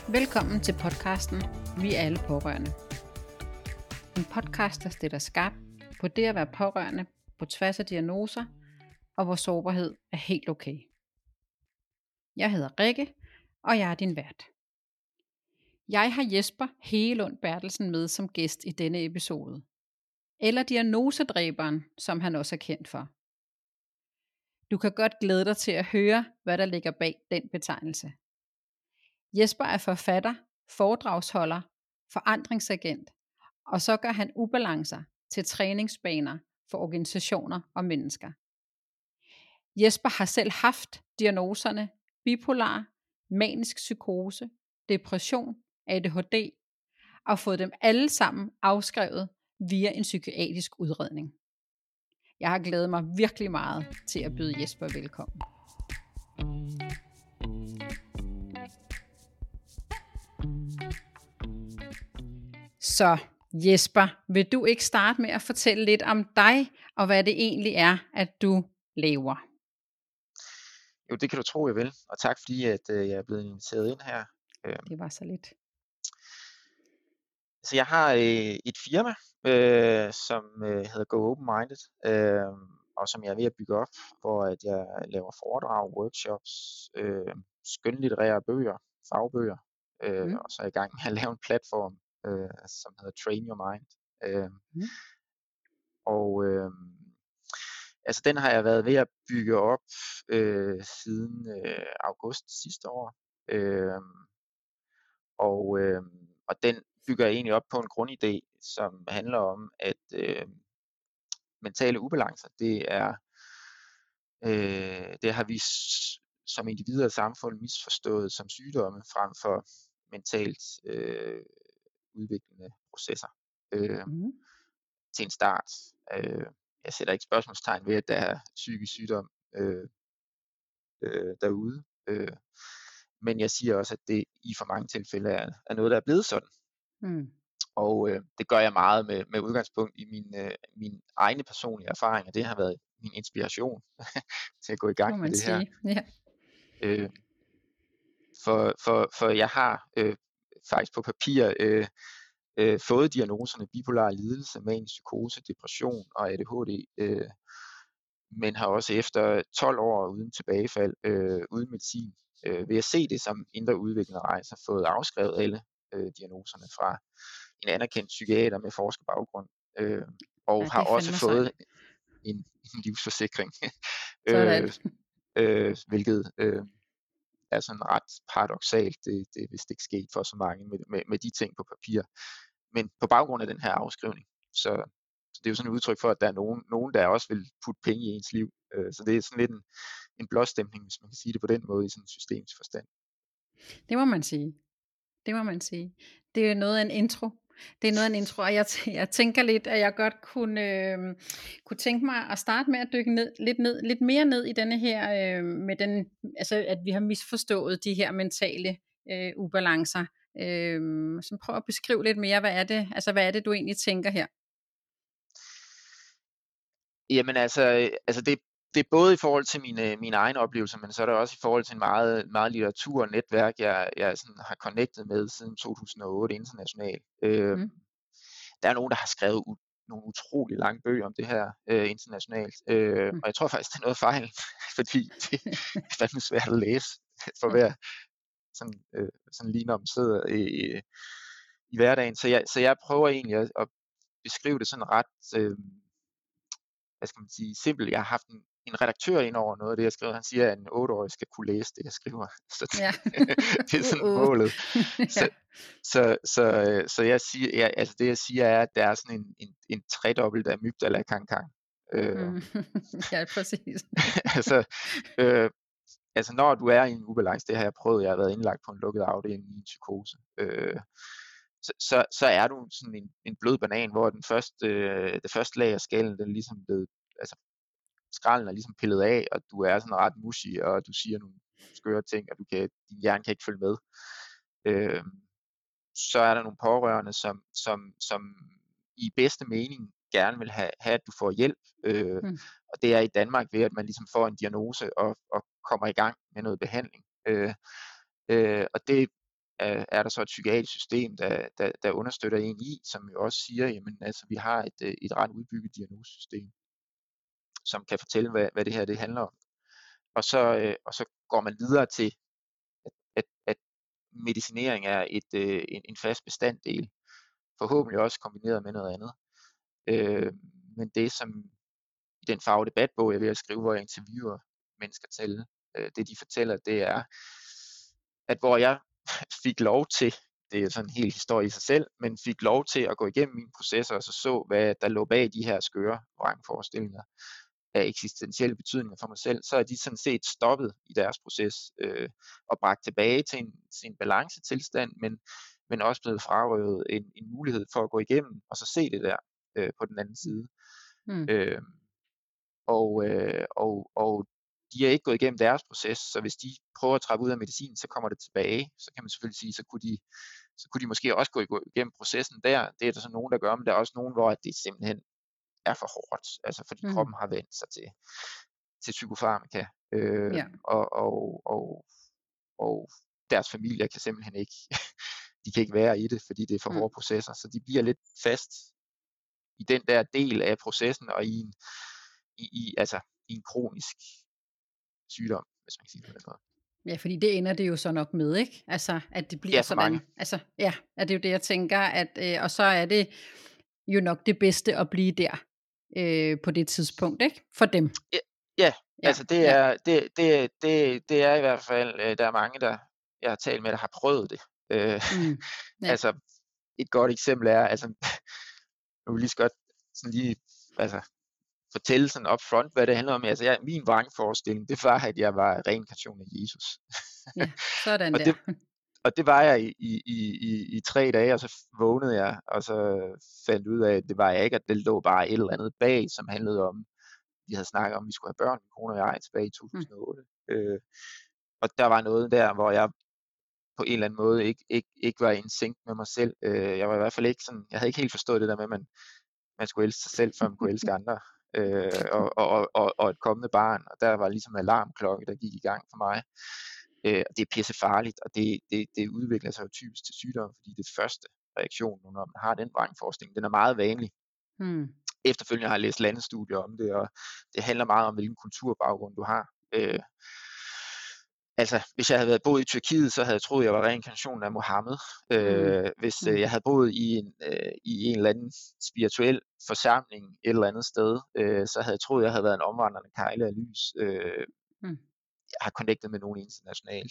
Velkommen til podcasten Vi er alle pårørende. En podcast, der stiller skarp på det at være pårørende på tværs af diagnoser, og hvor sårbarhed er helt okay. Jeg hedder Rikke, og jeg er din vært. Jeg har Jesper Hegelund Bertelsen med som gæst i denne episode. Eller diagnosedræberen, som han også er kendt for. Du kan godt glæde dig til at høre, hvad der ligger bag den betegnelse. Jesper er forfatter, foredragsholder, forandringsagent, og så gør han ubalancer til træningsbaner for organisationer og mennesker. Jesper har selv haft diagnoserne bipolar, manisk psykose, depression, ADHD og fået dem alle sammen afskrevet via en psykiatrisk udredning. Jeg har glædet mig virkelig meget til at byde Jesper velkommen. Så Jesper, vil du ikke starte med at fortælle lidt om dig, og hvad det egentlig er, at du laver? Jo, det kan du tro, jeg vil. Og tak fordi, at jeg er blevet inviteret ind her. Det var så lidt. Så jeg har et firma, som hedder Go Open Minded, og som jeg er ved at bygge op, hvor at jeg laver foredrag, workshops, skønlitterære bøger, fagbøger, og så er jeg i gang med at lave en platform, som hedder Train Your Mind. Og altså den har jeg været ved at bygge op siden august sidste år. Og den bygger jeg egentlig op på en grundidé, som handler om, at mentale ubalancer, det har vi som individer og samfund misforstået som sygdomme frem for mentalt udviklende processer. Til en start. Jeg sætter ikke spørgsmålstegn ved, at der er psykisk sygdom derude. Men jeg siger også, at det i for mange tilfælde er noget, der er blevet sådan. Og det gør jeg meget med udgangspunkt i min egne personlige erfaringer. Det har været min inspiration til at gå i gang med det her. Ja. For jeg har faktisk på papir fået diagnoserne bipolar lidelse, manisk psykose, depression og ADHD, men har også efter 12 år uden tilbagefald, uden medicin, ved at se det som indre udviklende rejse, har fået afskrevet alle diagnoserne fra en anerkendt psykiater med forskerbaggrund, og har også fået en livsforsikring, hvilket er sådan ret paradoksalt. Det er vist ikke sket for så mange med de ting på papir, men på baggrund af den her afskrivning. Så det er jo sådan et udtryk for, at der er nogen der også vil putte penge i ens liv. Så det er sådan lidt en blåstempling, hvis man kan sige det på den måde, i sådan en systemisk forstand. Det må man sige. Det er noget af en intro. Og jeg tænker lidt, at jeg godt kunne tænke mig at starte med at dykke lidt mere ned i denne her, med den, altså at vi har misforstået de her mentale ubalancer. Så prøv at beskrive lidt mere, hvad er det, du egentlig tænker her? Jamen altså det er både i forhold til mine egne oplevelser, men så er der også i forhold til en meget litteratur og netværk, jeg sådan har connectet med siden 2008 internationalt. Der er nogen, der har skrevet nogle utrolig lange bøger om det her internationalt, og jeg tror faktisk, det er noget fejl, fordi det er fandme svært at læse for hver sådan lige når man sidder i hverdagen. Så jeg prøver egentlig at beskrive det sådan ret hvad skal man sige, simpelt. Jeg har haft en redaktør ind over noget af det, jeg skriver. Han siger, at en 8-årig skal kunne læse det, jeg skriver. Så det er sådan målet. Så jeg siger, altså det jeg siger er, at der er sådan en tredobbelt amygdala kang. Ja, præcis. altså når du er i en ubalance, det har jeg prøvet, jeg har været indlagt på en lukket afdeling i en psykose, så er du sådan en blød banan, hvor det første lag af skallen, den er ligesom blevet, altså skralden er ligesom pillet af, og du er sådan ret mushy, og du siger nogle skøre ting, og din hjerne kan ikke følge med. Så er der nogle pårørende, som i bedste mening gerne vil have, at du får hjælp, og det er i Danmark ved, at man ligesom får en diagnose og kommer i gang med noget behandling. Og det er der så et psykiatrisk system, der understøtter en i, som jo også siger, jamen altså vi har et ret udbygget diagnosesystem, som kan fortælle, hvad det her det handler om. Og så går man videre til, at medicinering er en fast bestanddel, forhåbentlig også kombineret med noget andet. Men det, som i den fagdebatbog, jeg er ved at skrive, hvor jeg interviewer mennesker til, det de fortæller, det er, at hvor jeg fik lov til, det er sådan en hel historie i sig selv, men fik lov til at gå igennem mine processer, og så hvad der lå bag de her skøre vrangforestillinger af eksistentielle betydninger for mig selv, så er de sådan set stoppet i deres proces, og bragt tilbage til en balancetilstand, men også blevet frarøvet en mulighed for at gå igennem, og så se det der på den anden side. Øh, og de er ikke gået igennem deres proces, så hvis de prøver at trappe ud af medicin, så kommer det tilbage. Så kan man selvfølgelig sige, så kunne de måske også gå igennem processen der. Det er der så nogen, der gør, men der er også nogen, hvor det simpelthen er for hårdt, altså fordi kroppen har vendt sig til psykofarmaka, og deres familier kan simpelthen ikke, de kan ikke være i det, fordi det er for hårde processer, så de bliver lidt fast i den der del af processen, og i en kronisk sygdom, hvis man kan sige det på den måde. Ja, fordi det ender det jo så nok med, ikke? Altså, at det bliver sådan. Mange. Altså, ja, at det er jo det, jeg tænker, at og så er det jo nok det bedste at blive der på det tidspunkt, ikke? For dem. Ja, altså det er i hvert fald, der er mange, der jeg har talt med, der har prøvet det. Altså, et godt eksempel er, altså, nu vil lige så godt sådan lige, altså, fortælle sådan up front, hvad det handler om. Altså, min vrangforestilling, det var, at jeg var reinkarnation af Jesus. Ja, sådan der. Og det var jeg i 3 dage, og så vågnede jeg, og så fandt ud af, at det var jeg ikke, at det lå bare et eller andet bag, som handlede om, vi havde snakket om, at vi skulle have børn, min kone og jeg, tilbage i 2008. Og der var noget der, hvor jeg på en eller anden måde ikke var i en sync med mig selv. Jeg var i hvert fald ikke sådan, jeg havde ikke helt forstået det der med, at man skulle elske sig selv, før man kunne elske andre. Og et kommende barn, og der var ligesom en alarmklokke, der gik i gang for mig. Og det er pissefarligt, og det udvikler sig jo typisk til sygdom, fordi det første reaktion, når man har den vrangforestilling, den er meget vanlig. Efterfølgende har jeg læst landestudier om det, og det handler meget om, hvilken kulturbaggrund du har. Altså, hvis jeg havde været boet i Tyrkiet, så havde jeg troet, jeg var reinkarnationen af Mohammed. Hvis jeg havde boet i en eller anden spirituel forsamling et eller andet sted, så havde jeg troet, jeg havde været en omvandrende kejle af lys. Jeg har connectet med nogen internationalt,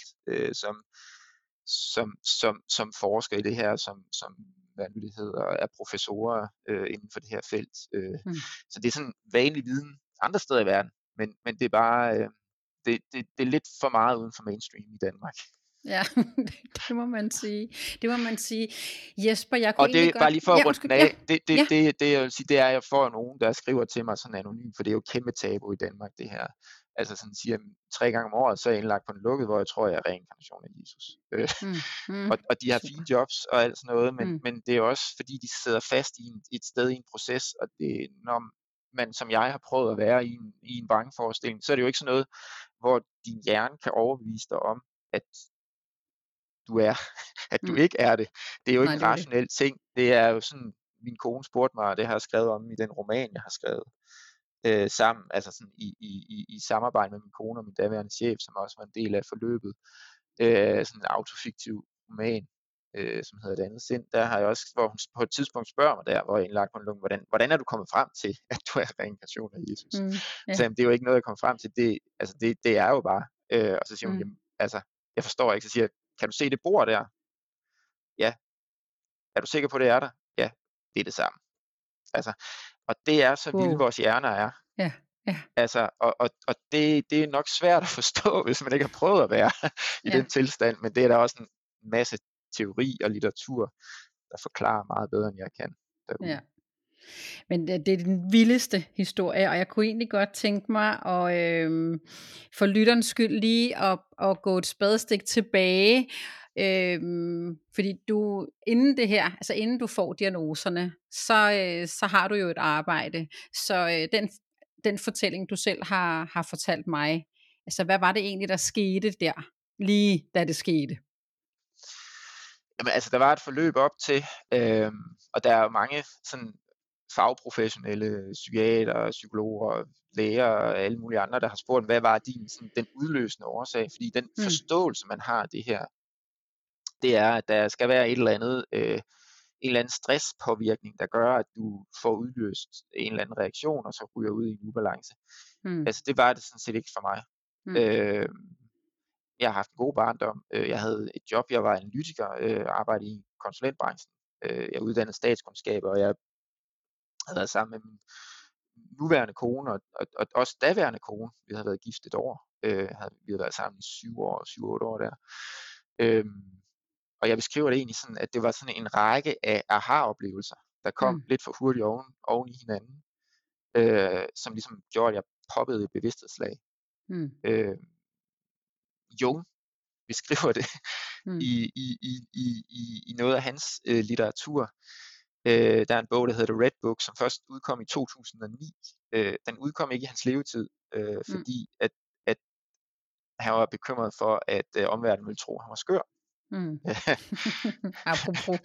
som forsker i det her, som hvad det hedder, er professorer inden for det her felt. Så det er sådan vanlig viden andre steder i verden, men det er bare... Det er lidt for meget uden for mainstream i Danmark. Ja, det må man sige. Det må man sige. Jesper, jeg kunne og det egentlig er bare lige for at runde af. Det jeg vil sige, det er, jeg får nogen, der skriver til mig sådan anonymt, for det er jo kæmpe tabu i Danmark, det her. Altså sådan siger, 3 gange om året, så er jeg indlagt på en lukket, hvor jeg tror, jeg er reinkarnation af Jesus. Og de har fine jobs og alt sådan noget, men det er også, fordi de sidder fast et sted i en proces, og det, når man, som jeg har prøvet at være i en vrangforestilling, så er det jo ikke sådan noget, hvor din hjerne kan overbevise dig om, at du ikke er det. Det er jo ikke en rationel ting. Det er jo sådan, min kone spurgte mig, og det har jeg skrevet om i den roman, jeg har skrevet sammen, altså sådan i samarbejde med min kone og min daværende chef, som også var en del af forløbet. Sådan en autofiktiv roman, som hedder Det andet sind. Der har jeg også, hvor hun på et tidspunkt spørger mig der, hvor jeg indlagt på en lunge, hvordan er du kommet frem til, at du er reinkarnation af Jesus? Så det er jo ikke noget, jeg kommer frem til. Det er jo bare. Og så siger hun, jamen, altså, jeg forstår ikke. Så siger jeg, kan du se det bord der? Ja. Er du sikker på, det er der? Ja, det er det samme. Altså, og det er så vildt, vores hjerner er. Ja. Altså, og det er nok svært at forstå, hvis man ikke har prøvet at være i den tilstand, men det er der også en masse teori og litteratur, der forklarer meget bedre, end jeg kan derude. Ja. Men det er den vildeste historie, og jeg kunne egentlig godt tænke mig at for lytterens skyld lige at gå et spadestik tilbage, fordi du inden det her, altså inden du får diagnoserne, så har du jo et arbejde. Så den fortælling du selv har fortalt mig, altså hvad var det egentlig der skete der, lige da det skete? Jamen, altså, der var et forløb op til, og der er jo mange sådan fagprofessionelle psykiatere, psykologer, læger og alle mulige andre, der har spurgt, hvad var den udløsende årsag? Fordi den forståelse, man har af det her, det er, at der skal være et eller andet, en eller anden stresspåvirkning, der gør, at du får udløst en eller anden reaktion, og så ryger ud i en ubalance. Altså, det var det sådan set ikke for mig. Øh, Jeg har haft en god barndom. Jeg havde et job, jeg var analytiker, arbejdede i konsulentbranchen. Jeg er uddannet statskundskab, og jeg havde været sammen med min nuværende kone, og også daværende kone. Vi havde været gift et år. Vi havde været sammen i 7-8 år der. Og jeg beskriver det egentlig sådan, at det var sådan en række af aha-oplevelser, der kom lidt for hurtigt oven i hinanden, som ligesom gjorde, at jeg poppede et bevidsthedslag. Jung beskriver det i noget af hans litteratur. Der er en bog, der hedder The Red Book, som først udkom i 2009. Den udkom ikke i hans levetid, fordi at han var bekymret for, at omverdenen ville tro, at han var skør. Apropos.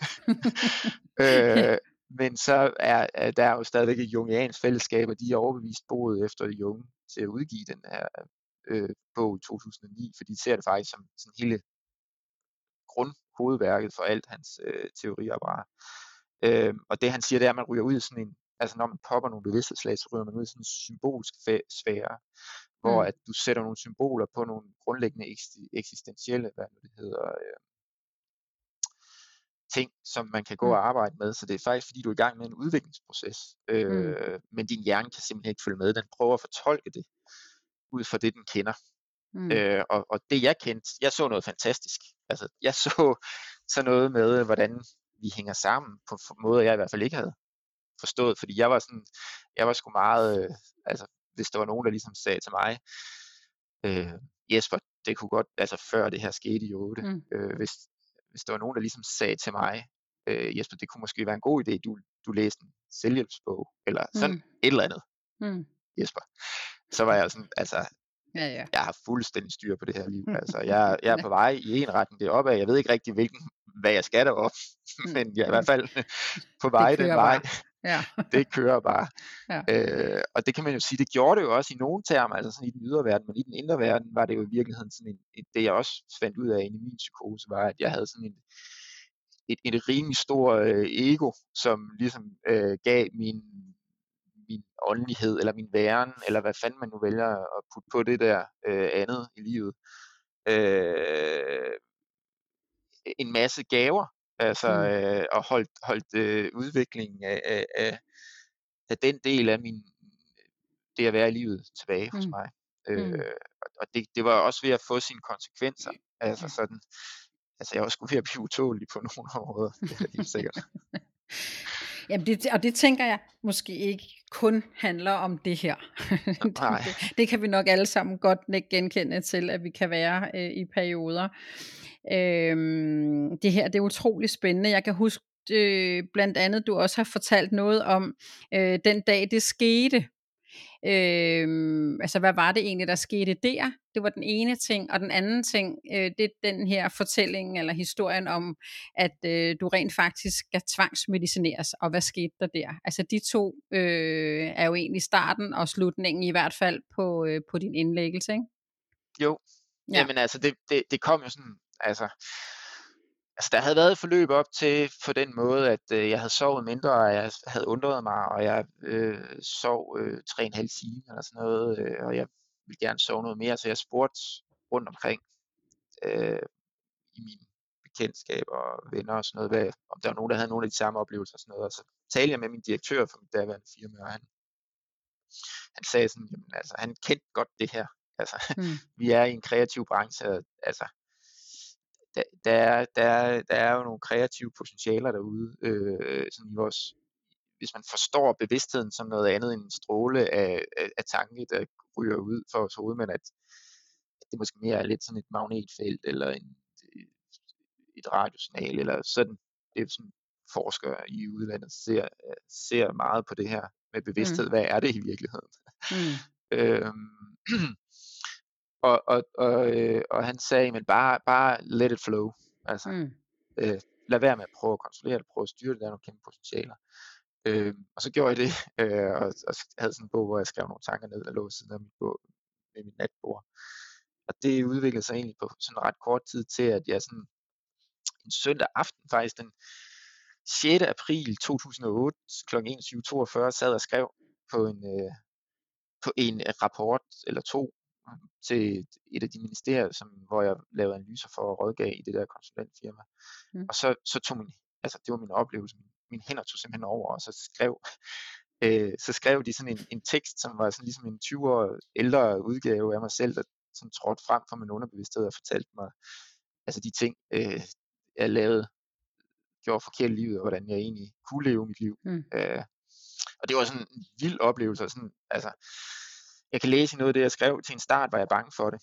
Men så er der jo stadigvæk et jungiansk fællesskab, og de er overbevist boet efter Jung til at udgive den her bog i 2009, fordi de ser det faktisk som sådan hele grundhovedværket for alt hans teoriapparat. Og det han siger, det er, at man ryger ud i sådan en, altså når man popper nogle bevidsthedslag, så ryger man ud i sådan en symbolsk sfære, hvor at du sætter nogle symboler på nogle grundlæggende eksistentielle, hvad det hedder, ting, som man kan gå og arbejde med. Så det er faktisk, fordi du er i gang med en udviklingsproces, men din hjerne kan simpelthen ikke følge med. Den prøver at fortolke det ud fra det, den kender. Og det jeg kendte, jeg så noget fantastisk. Altså, jeg så sådan noget med, hvordan vi hænger sammen på måder, jeg i hvert fald ikke havde forstået, fordi jeg var sgu meget, altså, hvis der var nogen, der ligesom sagde til mig, Jesper, det kunne godt, altså før det her skete i 8, hvis der var nogen, der ligesom sagde til mig, Jesper, det kunne måske være en god idé, du læste en selvhjælpsbog, eller sådan et eller andet, Jesper, så var jeg sådan, altså, jeg har fuldstændig styr på det her liv, altså, jeg er på vej i en retning, det er opad, jeg ved ikke rigtig, hvad jeg skal derop, men jeg er i hvert fald på vej den vej. Det kører bare. Og det kan man jo sige, det gjorde det jo også i nogle termer, altså sådan i den ydre verden, men i den indre verden var det jo i virkeligheden sådan det jeg også fandt ud af i min psykose, var, at jeg havde sådan et rimelig stor ego, som ligesom gav min åndelighed, eller min væren, eller hvad fanden man nu vælger at putte på det der andet i livet, en masse gaver, altså og holdt udviklingen af den del af det at være i livet tilbage hos mig. Og det var også ved at få sine konsekvenser. Altså sådan, altså jeg var sgu ved at blive utålelig på nogle områder, det er helt sikkert. Jamen det tænker jeg måske ikke kun handler om det her. det kan vi nok alle sammen godt genkende til, at vi kan være i perioder. Det her, det er utrolig spændende. Jeg kan huske blandt andet, du også har fortalt noget om den dag det skete. Altså hvad var det egentlig, der skete der? Det var den ene ting, og den anden ting, det er den her fortælling eller historien om, at du rent faktisk skal tvangsmedicineres, og hvad skete der der? Altså de to er jo egentlig starten og slutningen, i hvert fald på din indlæggelse, ikke? Jo, jamen altså det kom jo sådan, altså der havde været et forløb op til på den måde, at jeg havde sovet mindre, og jeg havde undret mig, og jeg sov 3,5 timer eller sådan noget, og jeg ville gerne sove noget mere, så jeg spurgte rundt omkring i mine bekendtskab og venner og sådan noget, om der var nogen, der havde nogle af de samme oplevelser og sådan noget, og så talte jeg med min direktør for mit daværende firma, og han sagde sådan, jamen, altså, han kendte godt det her, altså, vi er i en kreativ branche, altså, der er jo nogle kreative potentialer derude, sådan i vores, hvis man forstår bevidstheden som noget andet end en stråle af tanke, der ryger ud for vores hoved, men at det måske mere er lidt sådan et magnetfelt, eller et radiosignal, eller sådan, det er sådan forskere i udlandet ser meget på det her med bevidsthed, hvad er det i virkeligheden? Og han sagde, men bare let it flow, altså lad være med at prøve at kontrollere det, prøve at styre det, der er nogle kæmpe potentialer. Og så gjorde jeg det, og havde sådan en bog, hvor jeg skrev nogle tanker ned, der lå ved siden af mit natbord. Og det udviklede sig egentlig på sådan ret kort tid til, at jeg sådan en søndag aften, faktisk den 6. april 2008 kl. 21.42 sad og skrev på en rapport eller to til et af de ministerier, hvor jeg lavede analyser for at rådgive i det der konsulentfirma. Og så tog det var min oplevelse, mine hænder tog simpelthen over, og så skrev de sådan en tekst, som var sådan ligesom en 20 år ældre udgave af mig selv, der sådan trådte frem fra min underbevidsthed og fortalte mig, altså de ting, jeg gjorde forkert i livet, og hvordan jeg egentlig kunne leve mit liv. Og det var sådan en vild oplevelse. Sådan, altså, jeg kan læse i noget af det, jeg skrev. Til en start var jeg bange for det.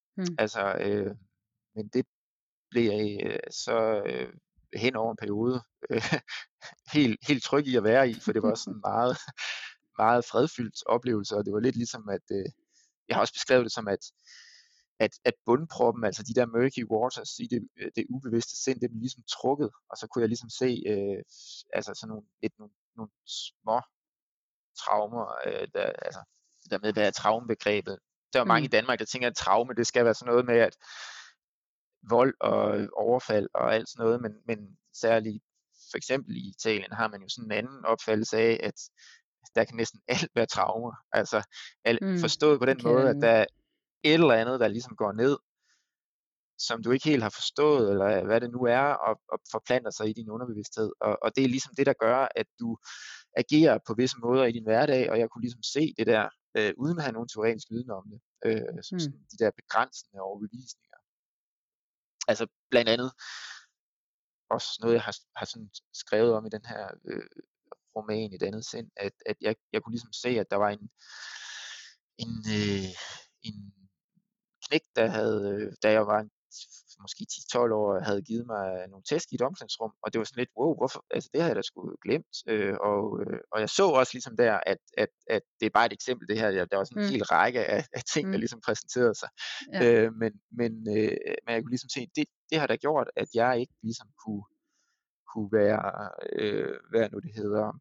Men det blev jeg så hen over en periode helt tryg i at være i, for det var sådan meget, meget fredfyldt oplevelse, og det var lidt ligesom, at jeg har også beskrevet det som, at bundproppen, altså de der murky waters i det ubevidste sind, det blev ligesom trukket, og så kunne jeg ligesom se altså sådan nogle små traumer, altså det der med, hvad er traumebegrebet. Der er mange i Danmark, der tænker, at traume, det skal være sådan noget med, at vold og overfald og alt sådan noget, men særligt for eksempel i Italien har man jo sådan en anden opfattelse af, at der kan næsten alt være traumer. Altså forstået på den måde, at der er et eller andet, der ligesom går ned, som du ikke helt har forstået, eller hvad det nu er, og forplanter sig i din underbevidsthed. Og det er ligesom det, der gør, at du agerer på visse måder i din hverdag, og jeg kunne ligesom se det der, uden at have nogen teoretisk viden om det, som sådan de der begrænsende overbevisninger. Altså blandt andet, også noget jeg har sådan skrevet om i den her roman, Et andet sind, at jeg kunne ligesom se, at der var en knægt, da jeg var måske 10-12 år, havde givet mig nogle tæsk i et omklædningsrum, og det var sådan lidt, wow, hvorfor, altså det har jeg da sgu glemt, og jeg så også ligesom der, at det er bare et eksempel det her, der var sådan en hel række af ting, der ligesom præsenterede sig, men jeg kunne ligesom se, det har da gjort, at jeg ikke ligesom kunne være, hvad nu det hedder,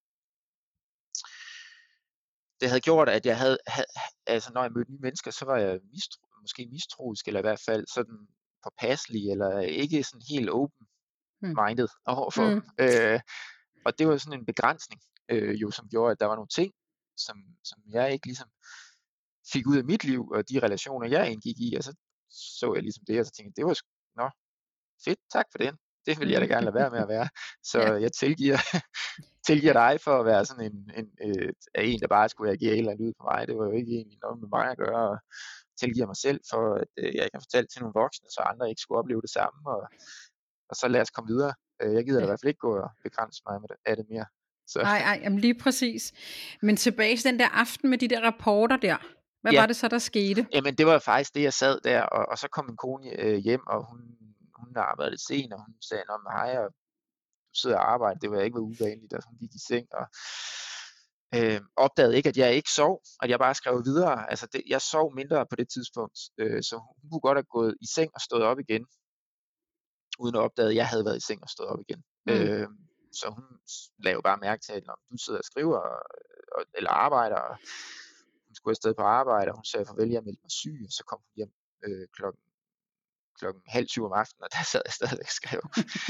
det havde gjort, at jeg havde altså når jeg mødte nye mennesker, så var jeg måske mistroisk, eller i hvert fald sådan påpasselig, eller ikke sådan helt open-minded overfor dem. Og det var sådan en begrænsning, jo, som gjorde, at der var nogle ting, som jeg ikke ligesom fik ud af mit liv, og de relationer, jeg indgik i, og så jeg ligesom det, og så tænkte jeg, det var fedt, tak for det. Det vil jeg da gerne lade være med at være. Så jeg tilgiver dig for at være sådan en, der bare skulle agere et eller andet ud på mig. Det var jo ikke egentlig noget med mig at gøre, og tilgiver mig selv for, at jeg ikke har fortalt til nogle voksne, så andre ikke skulle opleve det samme, og så lad os komme videre. Jeg gider da i hvert fald ikke gå og begrænse mig af det mere. Nej, jamen lige præcis. Men tilbage til den der aften med de der rapporter der. Hvad var det så, der skete? Jamen det var faktisk det, jeg sad der, og så kom min kone hjem, og hun arbejdede lidt sent, og hun sagde, hej, og du sidder og arbejder. Det var ikke uvanligt, at hun gik i seng, og opdagede ikke, at jeg ikke sov, at jeg bare skrev videre. Altså jeg sov mindre på det tidspunkt, så hun kunne godt have gået i seng og stået op igen, uden at opdage, at jeg havde været i seng og stået op igen. Så hun lagde jo bare mærke til, at når du sidder og skriver, eller arbejder, og hun skulle afsted på arbejde, og hun sagde farvel, jeg meldte mig syg, og så kom hun hjem klokken 6:30 om aftenen, og der sad jeg stadig og skrev.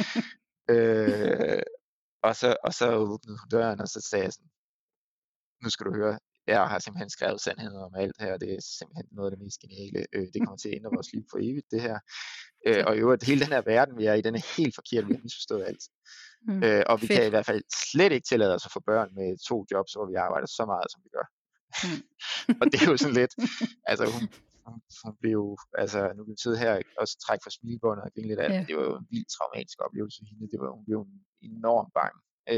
Og så åbnede hun døren, og så sagde jeg sådan, nu skal du høre, jeg har simpelthen skrevet sandheden om alt her, det er simpelthen noget af det mest geniale, det kommer til at ændre vores liv for evigt, det her. Og i øvrigt, hele den her verden, vi er i, den er helt forkert, vi har misforstået alt. Og vi kan i hvert fald slet ikke tillade os at få børn med 2 jobs, hvor vi arbejder så meget, som vi gør. Og det er jo sådan lidt, altså hun blev jo, altså nu kan vi sidde her og trække for smilebåndet og grine lidt af, men det var jo en vildt traumatisk oplevelse for hende, hun blev enormt bange.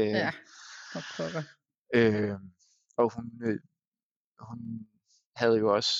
Og hun havde jo også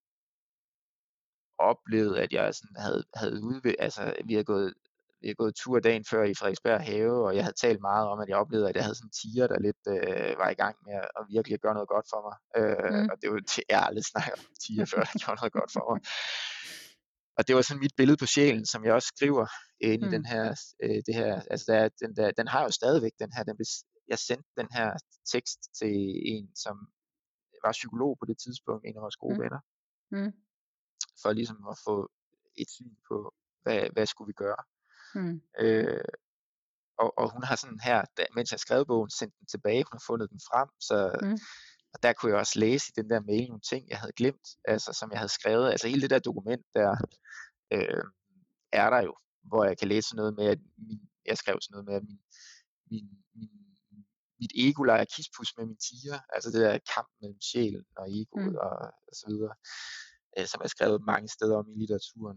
oplevet, at jeg sådan havde altså vi havde gået tur dagen før i Frederiksberg Have, og jeg havde talt meget om, at jeg oplevede, at jeg havde sådan en tiger, der lidt var i gang med at virkelig gøre noget godt for mig. Og det var jeg aldrig snakket om tiger før, der gjorde noget godt for mig. og det var sådan mit billede på sjælen, som jeg også skriver ind i den Mm. her, det her, altså den har jo stadigvæk den her, jeg sendte den her tekst til en, som var psykolog på det tidspunkt, en af vores gode Mm. venner, Mm. for ligesom at få et syn på, hvad skulle vi gøre. Mm. Øh, og hun har sådan her, mens jeg skrev bogen, sendt den tilbage, hun har fundet den frem, så Mm. og der kunne jeg også læse i den der mail nogle ting, jeg havde glemt, altså som jeg havde skrevet, altså hele det der dokument der, er der jo, hvor jeg kan læse noget med, at jeg skrev sådan noget med, at min, min, mit ego leger kispus med min tiger, altså det der kamp mellem sjælen og egoet og så videre, som er skrevet mange steder om i litteraturen.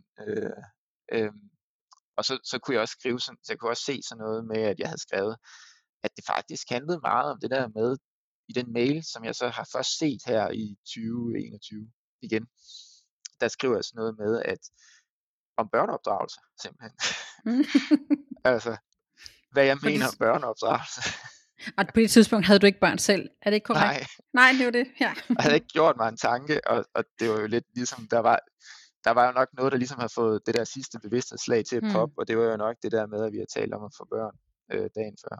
Og så kunne jeg også skrive sådan, så jeg kunne også se sådan noget med, at jeg havde skrevet, at det faktisk handlede meget om det der med, i den mail, som jeg så har først set her i 2021 igen, der skriver jeg sådan noget med, at om børneopdragelse, simpelthen. Altså, hvad jeg mener om børneopdragelse. Og på det tidspunkt havde du ikke børn selv, er det ikke korrekt? Nej. Nej, det var det, ja. Jeg havde ikke gjort mig en tanke, og det var jo lidt ligesom, der var jo nok noget, der ligesom har fået det der sidste bevidsthedsslag til at poppe, og det var jo nok det der med, at vi har talt om at få børn dagen før.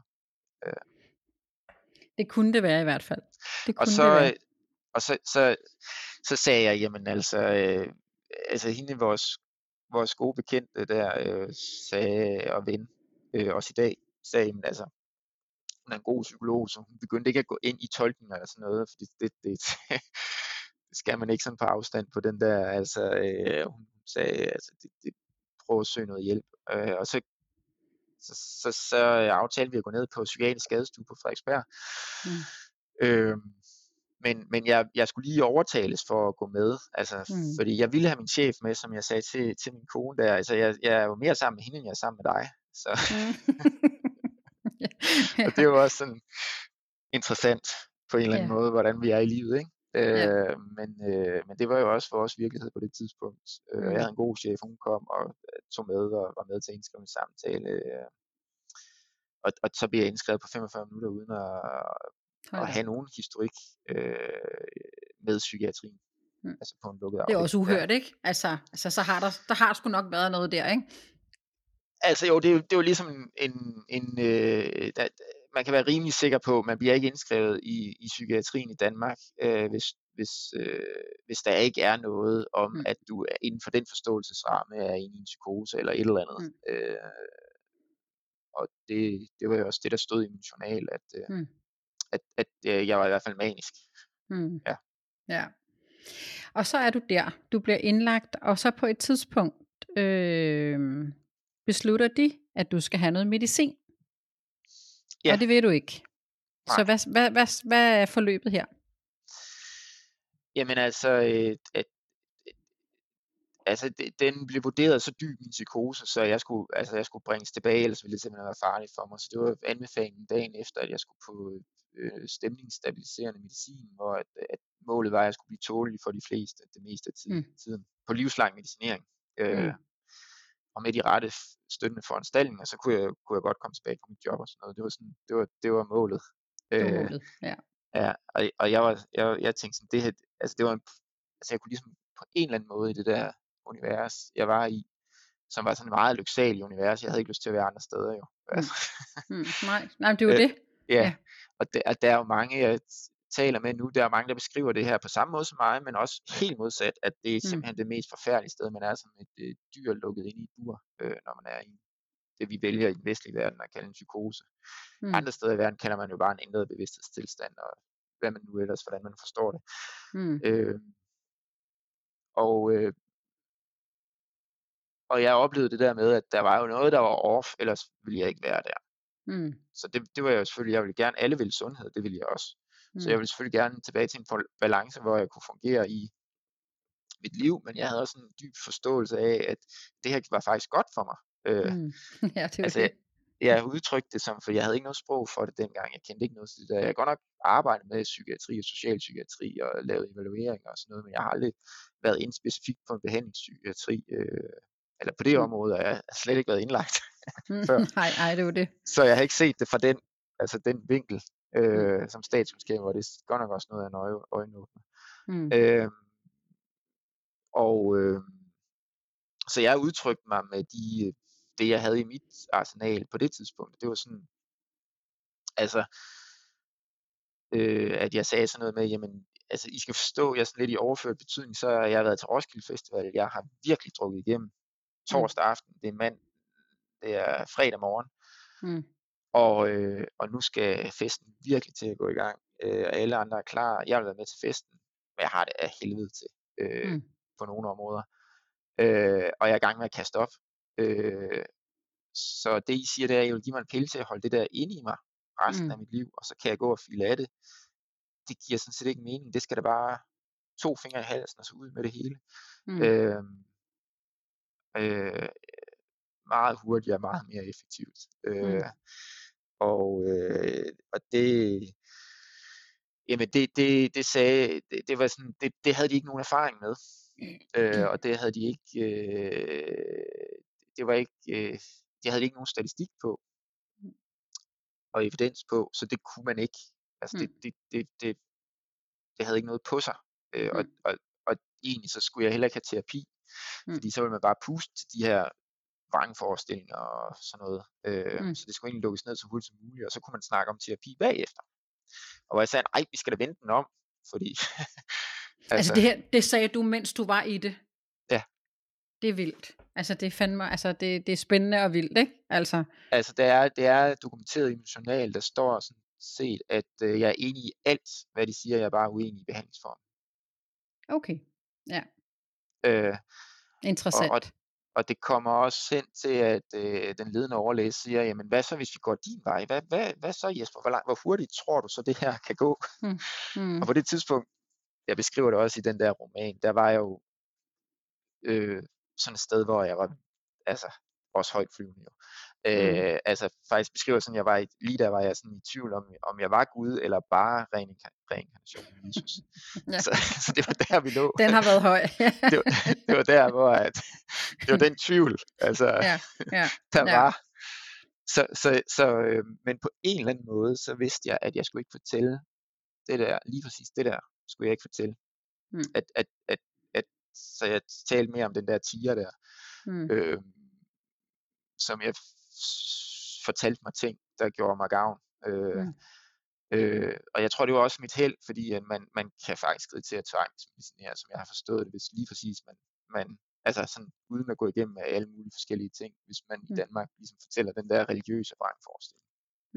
Det kunne det være i hvert fald. Det kunne det være. Og så sagde jeg, jamen altså hende, vores gode bekendte der, sagde og ven, også i dag, sagde, jamen altså, hun er en god psykolog, så hun begyndte ikke at gå ind i tolkninger eller sådan noget, fordi det skal man ikke sådan på afstand på den der, altså hun sagde, altså prøv at søge noget hjælp, og så aftalte vi at gå ned på psykiatrisk skadestue på Frederiksberg, men jeg skulle lige overtales for at gå med, altså fordi jeg ville have min chef med, som jeg sagde til min kone der, altså jeg er jo mere sammen med hende, end jeg er sammen med dig, så og det er jo også sådan interessant på en eller anden måde, hvordan vi er i livet, ikke? Men det var jo også vores virkelighed på det tidspunkt. Jeg havde en god chef, hun kom og tog med og var med til at indskrive en samtale. Og så blev jeg indskrevet på 45 minutter uden at have nogen historik med psykiatrien. Altså på en lukket afdeling. Det er også uhørt, ikke? Altså så har der har sgu nok været noget der, ikke? Altså jo, det er jo ligesom man kan være rimelig sikker på, at man bliver ikke indskrevet i psykiatrien i Danmark, hvis der ikke er noget om, at du er inden for den forståelsesramme er inde i en psykose eller et eller andet. Og det var jo også det, der stod i min journal, at jeg var i hvert fald manisk. Ja. Og så er du der. Du bliver indlagt, og så på et tidspunkt beslutter de, at du skal have noget medicin. Ja. Og det ved du ikke. Nej. Så hvad er forløbet her? Jamen den blev vurderet så dyb min psykose, så jeg skulle bringes tilbage, ellers ville det simpelthen være farligt for mig. Så det var anbefalingen dagen efter, at jeg skulle på stemningsstabiliserende medicin, hvor at målet var, at jeg skulle blive tålelig for de fleste, det meste af tiden, på livslang medicinering. Og med de rette støttende foranstaltninger, så kunne jeg godt komme tilbage på mit job og sådan noget. Det var målet. Det var målet, ja. Ja, og jeg tænkte sådan, det her, altså det var jeg kunne ligesom på en eller anden måde i det der univers, jeg var i, som var sådan et meget lyksaligt univers. Jeg havde ikke lyst til at være andre steder jo. Nej, det var det. Ja. Og der er jo mange, jeg taler med nu, der er mange, der beskriver det her på samme måde som mig, men også helt modsat, at det er simpelthen det mest forfærdelige sted, man er som et dyr lukket ind i et bur, når man er i det, vi vælger i den vestlige verden at kalde en psykose. Andre steder i verden kalder man jo bare en ændret bevidsthedstilstand, og hvad man nu ellers, hvordan man forstår det. Og jeg oplevede det der med, at der var jo noget, der var off, ellers ville jeg ikke være der. Så det var jeg jo selvfølgelig, jeg ville gerne, alle ville sundhed, det ville jeg også. Så jeg ville selvfølgelig gerne tilbage til en balance, hvor jeg kunne fungere i mit liv, men jeg havde også en dyb forståelse af, at det her var faktisk godt for mig. Ja, det var det. Jeg udtrykte det som, for jeg havde ikke noget sprog for det dengang. Jeg kendte ikke noget til det der. Jeg har godt nok arbejdet med psykiatri og socialpsykiatri og lavet evalueringer og sådan noget, men jeg har aldrig været ind specifikt på en behandlingspsykiatri. Eller på det område, og jeg har slet ikke været indlagt før. Nej, det var det. Så jeg har ikke set det fra den vinkel, som statskundskab, hvor det er godt nok også noget af en øjenåbner. Så jeg udtrykte mig med det, jeg havde i mit arsenal på det tidspunkt. Det var sådan, altså, at jeg sagde sådan noget med, jamen, altså, I skal forstå, jeg er sådan lidt i overført betydning, så har jeg været til Roskilde Festival, jeg har virkelig drukket igennem torsdag aften, det er fredag morgen, og nu skal festen virkelig til at gå i gang, og alle andre er klar, jeg vil være med til festen, men jeg har det af helvede til, på nogle områder, og jeg er i gang med at kaste op, så det I siger, det er, at I vil give mig en pille til at holde det der inde i mig resten af mit liv, og så kan jeg gå og file af det. Det giver sådan set ikke mening. Det skal da bare 2 fingre i halsen og så ud med det hele. Meget hurtigere, meget mere effektivt. Og det, jamen det sagde, det var sådan, det havde de ikke nogen erfaring med. Og det havde de ikke, det var ikke, det havde de ikke nogen statistik på og evidens på, så det kunne man ikke. Altså det havde ikke noget på sig. Og egentlig så skulle jeg heller ikke have terapi, fordi så ville man bare puste til de her vrangforestillinger og sådan noget. Så det skulle egentlig lukkes ned så hurtigt som muligt, og så kunne man snakke om terapi bagefter. Og hvor jeg sagde, nej, vi skal da vente den om, fordi... altså det sagde du, mens du var i det? Ja. Det er vildt. Altså det er fandme, altså det er spændende og vildt, ikke? Altså det er dokumenteret i min journal, der står sådan set, at jeg er enig i alt, hvad de siger, jeg er bare uenig i behandlingsformen. Okay, ja. Interessant. Og det kommer også hen til, at den ledende overlæge siger, jamen hvad så, hvis vi går din vej? Hvad så, Jesper? Hvor hurtigt tror du så, det her kan gå? Og på det tidspunkt, jeg beskriver det også i den der roman, der var jeg jo sådan et sted, hvor jeg var, altså, også højt flyvende jo. Altså faktisk beskriver sådan, lige der var jeg sådan i tvivl om jeg var Gud, eller bare reinkarnation af Jesus. Ja. Så det var der, vi lå. Den har været høj. det var der, hvor det var den tvivl, altså, der var. Men på en eller anden måde, så vidste jeg, at jeg skulle ikke fortælle det der, lige præcis det der, skulle jeg ikke fortælle. Så jeg talte mere om den der tiger der, som jeg fortalte mig ting, der gjorde mig gavn. Og jeg tror, det var også mit held, fordi at man kan faktisk skride til at tvangsmedicinere, som jeg har forstået det, hvis lige præcis man altså sådan, uden at gå igennem af alle mulige forskellige ting, hvis man i Danmark ligesom fortæller den der religiøse vrangforestilling.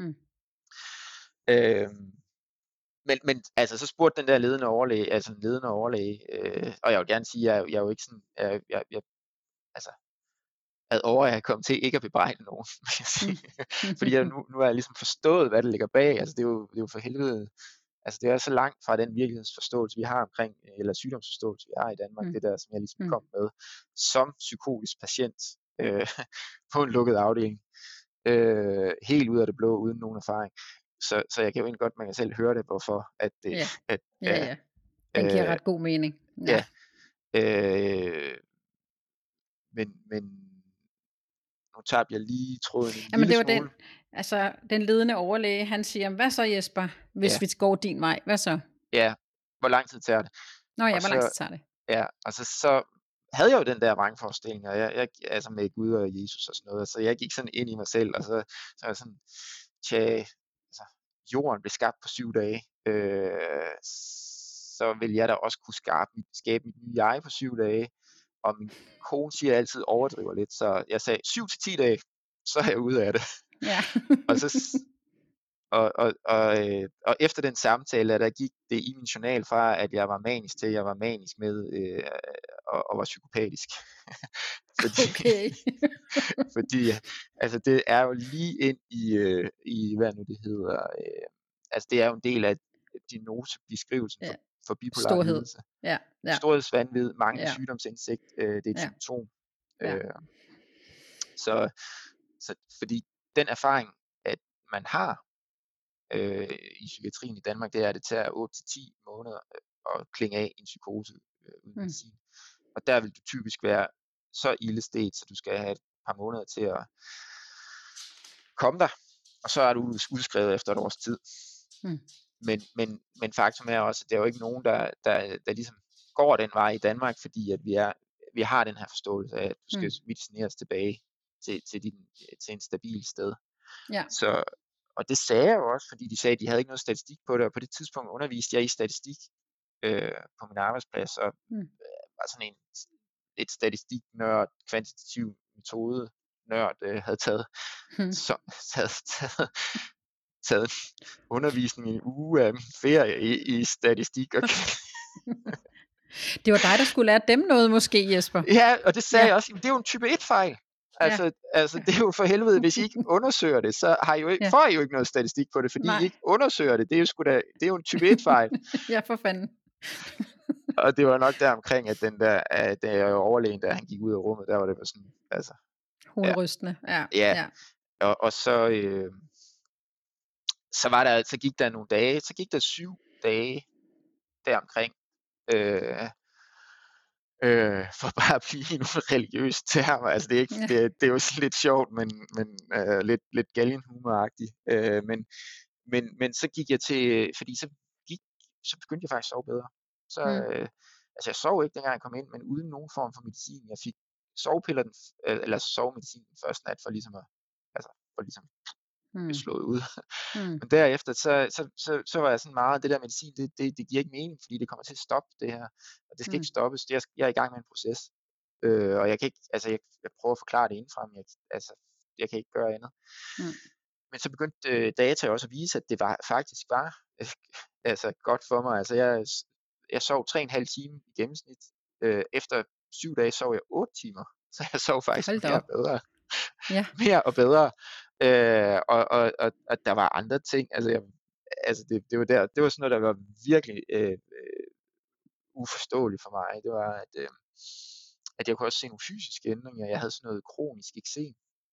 Men altså, så spurgte den der ledende overlæge, og jeg vil gerne sige, jeg er jo ikke sådan, jeg altså, ad over, at jeg kom til ikke at bebrejde nogen, fordi nu har jeg ligesom forstået, hvad der ligger bag, altså det er jo for helvede, altså det er så langt fra den virkelighedsforståelse, vi har omkring, eller sygdomsforståelse, vi har i Danmark, det der, som jeg ligesom kom med, som psykotisk patient, på en lukket afdeling, helt ud af det blå, uden nogen erfaring. Så jeg kan jo egentlig godt, man kan selv høre det, hvorfor at det... Ja. Den giver ret god mening. Ja. Men nu tager jeg lige tråden en lille smule. Den, altså den ledende overlæge, han siger, hvad så Jesper, hvis vi går din vej, hvad så? Ja, hvor lang tid tager det? Hvor lang tid tager det? Ja, og så havde jeg jo den der vrangforestilling, og jeg altså med Gud og Jesus og sådan noget, så jeg gik sådan ind i mig selv, og så var jeg sådan, altså, jorden blev skabt på 7 dage, så vil jeg da også kunne skabe mit nye jeg på 7 dage, og min kone siger altid overdriver lidt, så jeg sagde 7 til 10 dage, så er jeg ude af det. Ja. og efter den samtale, der gik det i min journal fra, at jeg var manisk til, at jeg var manisk med og var psykopatisk. fordi altså det er jo lige ind i hvad nu det hedder, altså det er jo en del af diagnosebeskrivelsen for bipolar lidelse. Storhedsvanvid, manglende sygdomsindsigt, det er et symptom. Så fordi den erfaring, at man har i psykiatrien i Danmark, det er, at det tager 8-10 måneder at klinge af en psykose uden medicin. Og der vil du typisk være så ildestet, så du skal have et par måneder til at komme der, og så er du udskrevet efter et års tid. Men faktum er også, at der er jo ikke nogen, der ligesom går den vej i Danmark, fordi at vi er vi har den her forståelse af, at du skal Mm. medicineres tilbage til en stabil sted. Ja. Så, og det sagde jeg jo også, fordi de sagde, at de havde ikke noget statistik på det, og på det tidspunkt underviste jeg i statistik på min arbejdsplads, og var sådan et statistiknørd, kvantitativ metode nørd, havde taget undervisning i en uge af min ferie i statistik. Og Det var dig, der skulle lære dem noget måske, Jesper. Ja, og det sagde jeg også. Det er jo en type 1-fejl. Altså, det er jo for helvede, hvis I ikke undersøger det, så har I jo ikke, får I jo ikke noget statistik på det, fordi I ikke undersøger det. Det er jo en type 1-fejl. Ja, for fanden. Og det var nok der omkring, at den overlægen, der han gik ud af rummet, der var det sådan, altså. Hovedrystende, ja. Og så gik der nogle dage, så gik der 7 dage deromkring, for bare at blive i nogle religiøse termer. Altså det er jo sådan lidt sjovt, men lidt galgenhumoragtigt. Men så gik jeg til, fordi så begyndte jeg faktisk at sove bedre. Så altså jeg sov ikke dengang jeg kom ind, men uden nogen form for medicin. Jeg fik sovepiller eller sovemedicin den første nat for ligesom blive slået ud. Men derefter så var jeg sådan meget, det der medicin, det giver ikke mening, fordi det kommer til at stoppe det her, og det skal ikke stoppes. Jeg er i gang med en proces, og jeg kan ikke, altså jeg prøver at forklare det indenfra, men jeg kan ikke gøre andet. Men så begyndte data også at vise, at det faktisk var altså godt for mig. Altså jeg sov 3,5 timer i gennemsnit. Efter 7 dage sov jeg 8 timer, så jeg sov faktisk mere og bedre. Og der var andre ting, det var sådan noget, der var virkelig uforståeligt for mig. Det var, at jeg kunne også se nogle fysiske ændringer. Jeg havde sådan noget kronisk eksem,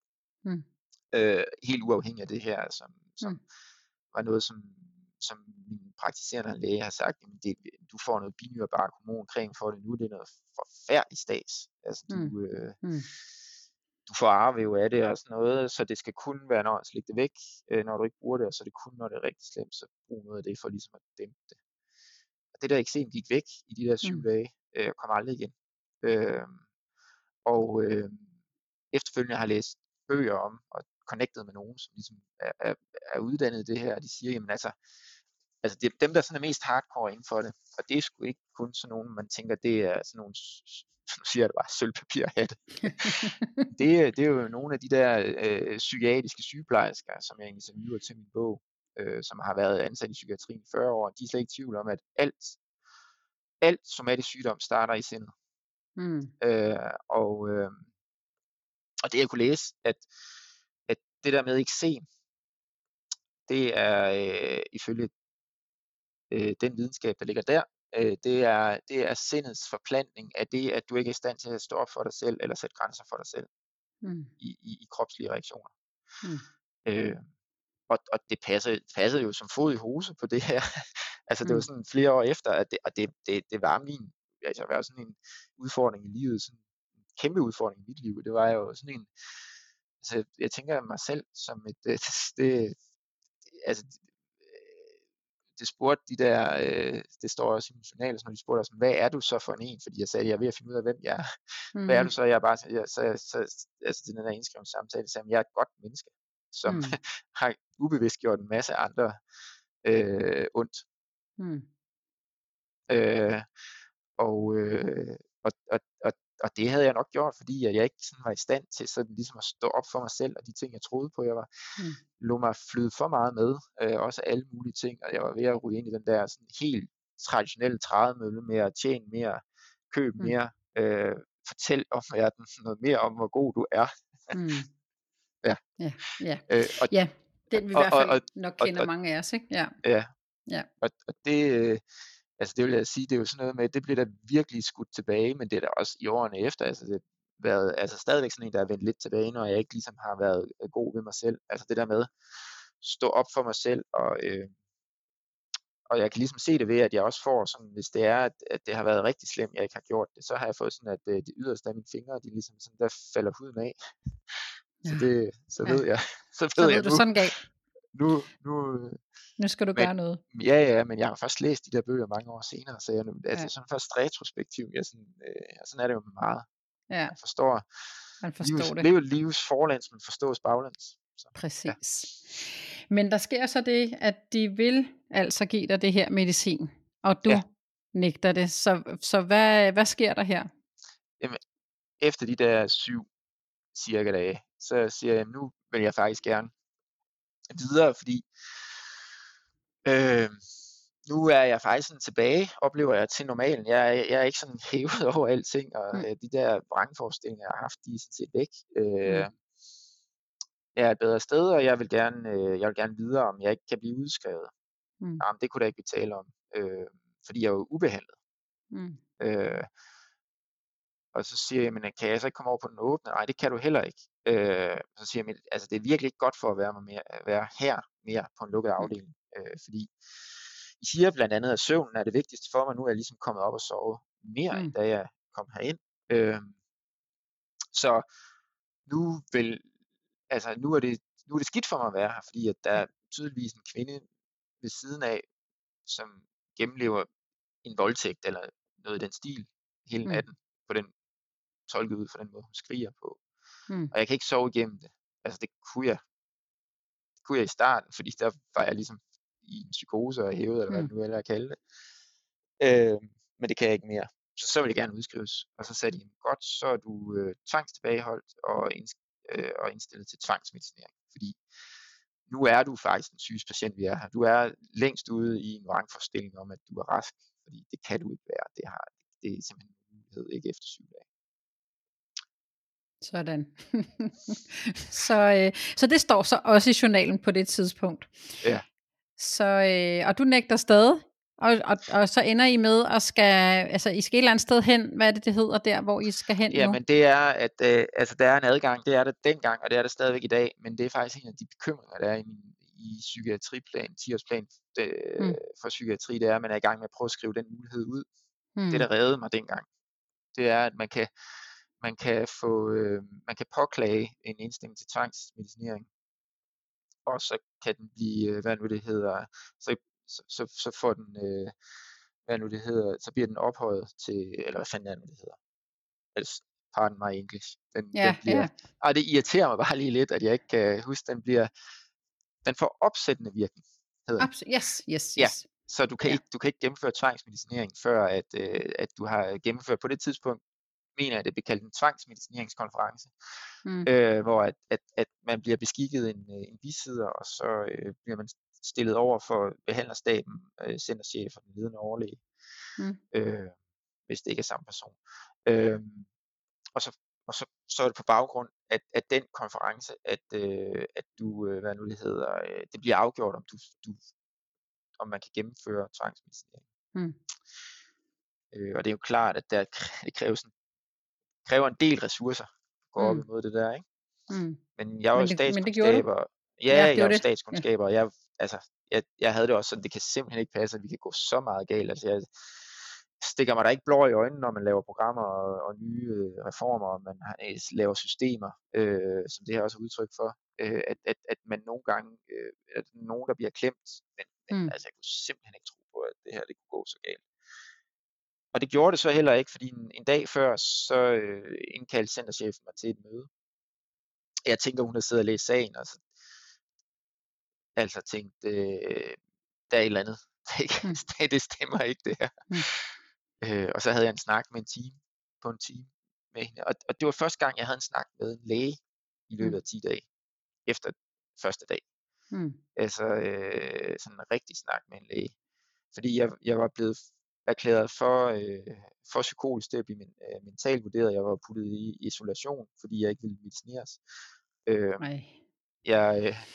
helt uafhængig af det her, som var noget, som min praktiserende læge har sagt, jamen du får noget binyrbar hormoncreme for det nu, det er noget forfærdeligt stas. Altså du får arvæv af det og sådan noget, så det skal kun være, når man slægter det væk, når du ikke bruger det, og så er det kun, når det er rigtig slemt, så brug noget af det for ligesom at dæmpe det. Og det der eksem gik væk i de der 7 dage, og kom aldrig igen. Efterfølgende har jeg læst bøger om, og connected med nogen, som ligesom er uddannet i det her, og de siger, jamen altså det er dem, der sådan er mest hardcore inden for det, og det er sgu ikke kun sådan nogen, man tænker, det er sådan nogle, nu siger jeg det bare, sølvpapirhatte. det er jo nogle af de der psykiatriske sygeplejersker, som jeg interviewer til min bog, som har været ansat i psykiatrien i 40 år, de er slet ikke i tvivl om, at alt somatisk sygdom starter i sindet. Og det jeg kunne læse, at det der med eksem, det er ifølge den videnskab, der ligger der, det er sindets forplantning af det, at du ikke er i stand til at stå op for dig selv, eller sætte grænser for dig selv i kropslige reaktioner. Og det passede jo som fod i hose på det her. Altså det var sådan flere år efter, at det var min, altså det var sådan en udfordring i livet, sådan en kæmpe udfordring i mit liv. Det var jo sådan en, altså jeg tænker mig selv som det spurgte de der, det står også i min journal, når de spurgte os, hvad er du så for en? Fordi jeg sagde, at jeg er ved at finde ud af, hvem jeg er. Hvad er du så? Jeg er bare, altså den der indskrevne samtale, sagde, at jeg er et godt menneske, som har ubevidst gjort en masse andre ondt. Og det havde jeg nok gjort, fordi at jeg ikke sådan var i stand til sådan ligesom at stå op for mig selv, og de ting, jeg troede på, jeg var, lå mig flyde for meget med, også alle mulige ting, og jeg var ved at ryge ind i den der sådan helt traditionelle trædemølle med at tjene mere, købe mere, fortæl om verden, noget mere om, hvor god du er. Den vi i hvert fald nok kender mange af os, ikke? Ja. Og det... Altså det vil jeg sige, det er jo sådan noget med, det bliver der virkelig skudt tilbage, men det er der også i årene efter, altså det har været altså stadigvæk sådan en, der er vendt lidt tilbage, når jeg ikke ligesom har været god ved mig selv. Altså det der med, stå op for mig selv, og jeg kan ligesom se det ved, at jeg også får sådan, hvis det er, at det har været rigtig slemt, jeg ikke har gjort det, så har jeg fået sådan, at det yderste af mine fingre, de ligesom sådan, der falder huden af. Så ved jeg. Så ved du sådan galt. nu Nu skal du men, gøre noget. ja, men jeg har først læst de der bøger mange år senere, så jeg, altså Ja, sådan først retrospektiv, sådan er det jo med meget. ja, Man forstår man forstår det. livs forlæns, men forstås baglæns. Så, ja. Præcis. Men der sker så det, at de vil altså give dig det her medicin, og Ja, du nægter det. Så hvad sker der her? jamen, efter de der 7 cirka dage, så siger jeg, nu vil jeg faktisk gerne videre, fordi øh, nu er jeg faktisk sådan tilbage, oplever jeg, til normalen. Jeg er ikke sådan hævet over alting, og Mm, de der vrangforestillinger, jeg har haft, de er sådan set væk. mm, Jeg er et bedre sted, og jeg vil gerne videre, om jeg ikke kan blive udskrevet. mm, Jamen, det kunne der ikke blive tale om, fordi jeg er jo ubehandlet. mm, Øh, og så siger jeg, men kan jeg så ikke komme over på den åbne? Nej, det kan du heller ikke. Så siger jeg, men altså, det er virkelig ikke godt for at være her mere på en lukket mm, afdeling. Fordi I siger blandt andet, at søvnen er det vigtigste for mig. Nu er jeg ligesom kommet op og sove mere, end mm, da jeg kom herind. Øh, så nu vil, altså nu er det skidt for mig at være her, fordi at der er tydeligvis en kvinde ved siden af, som gennemlever en voldtægt eller noget i den stil hele mm, natten, på den tolket ud fra den måde, hun skriger på. mm, Og jeg kan ikke sove igennem det. Altså det kunne jeg i starten, fordi der var jeg ligesom i en psykose og hævet, eller hvad mm, det nu er at kalde det. Men det kan jeg ikke mere. Så vil jeg gerne udskrives. Og så sagde de, godt, så er du tvangstilbageholdt og indstillet til tvangsmedicinering. Fordi nu er du faktisk en syg patient, vi er her. Du er længst ude i en vrangforestilling om, at du er rask. Fordi det kan du ikke være. Det er simpelthen en mulighed, ikke efter 7 dage. sådan. Så det står så også i journalen på det tidspunkt. Ja. Så, og du nægter stadig, og så ender I med at I skal et eller andet sted hen, hvad er det hedder der, hvor I skal hen nu? Jamen det er, at altså der er en adgang, det er der dengang, og det er der stadigvæk i dag, men det er faktisk en af de bekymringer, der er i psykiatriplan, 10-årsplan Mm, for psykiatri, det er, at man er i gang med at prøve at skrive den mulighed ud. Det, mm, der reddede mig dengang, det er, at man kan påklage en indstilling til tvangsmedicinering, og så kan den blive, hvad nu det hedder, så får den, hvad nu det hedder, så bliver den ophøjet til, eller hvad fanden er det nu det hedder, altså, pardon my English, den ja, bliver, ja, det irriterer mig bare lige lidt, at jeg ikke kan huske, den får opsættende virkning, hedder det. yes, yes, Ja, yes, så ja, du kan ikke gennemføre tvangsmedicinering, før at du har gennemført på det tidspunkt, mener jeg, det bliver kaldt en tvangsmedicineringskonference, mm, hvor at man bliver beskikket en bisidder, og så bliver man stillet over for behandlerstaben, centerchef og den ledende overlæge, mm, hvis det ikke er samme person. Øh, og så er det på baggrund af den konference, at du, hvad nu det hedder, det bliver afgjort, om man kan gennemføre tvangsmedicinering. mm, Og det er jo klart, at det kræver en del ressourcer at gå op mm, imod det der, ikke? mm. Men jeg var jo Men det gjorde du? statskundskaber. Ja, Ja, jeg det er var jo det. Ja. statskundskaber, og jeg havde det også sådan, det kan simpelthen ikke passe, at vi kan gå så meget galt. Altså, jeg stikker mig da ikke blår i øjnene, når man laver programmer og nye reformer, og man laver systemer, som det her også er udtryk for, at man nogle gange, at nogen, der bliver klemt, men Mm, altså, jeg kunne simpelthen ikke tro på, at det her, det kunne gå så galt. Og det gjorde det så heller ikke, fordi en dag før, så indkaldte centerchefen mig til et møde. Jeg tænker, hun har siddet og læst sagen, og så altså tænkt, der er et eller andet. mm, Det stemmer ikke, det her. mm, Og så havde jeg en snak med en time med hende. Og det var første gang, jeg havde en snak med en læge i løbet mm, af 10 dage, efter første dag. mm, Altså sådan en rigtig snak med en læge. Fordi jeg var blevet erklæret for psykotisk til at blive mentalt vurderet. Jeg var puttet i isolation, fordi jeg ikke ville medicineres. Øh, ej, jeg,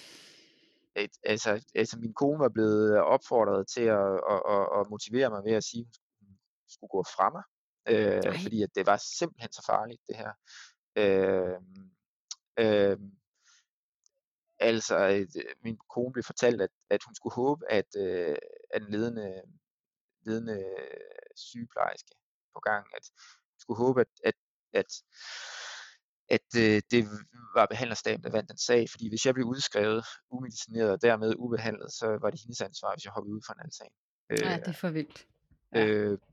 altså min kone var blevet opfordret til at motivere mig ved at sige, at hun skulle gå fra mig, ej, fordi at det var simpelthen så farligt det her. Øh, øh, altså min kone blev fortalt, at hun skulle håbe, at en ledende sygeplejerske på gang, at hun skulle håbe, at det var behandlerstaben, der vandt den sag, fordi hvis jeg blev udskrevet umedicineret og dermed ubehandlet, så var det hendes ansvar, hvis jeg hoppede ud fra en altan. Ja, det er for vildt. Ja.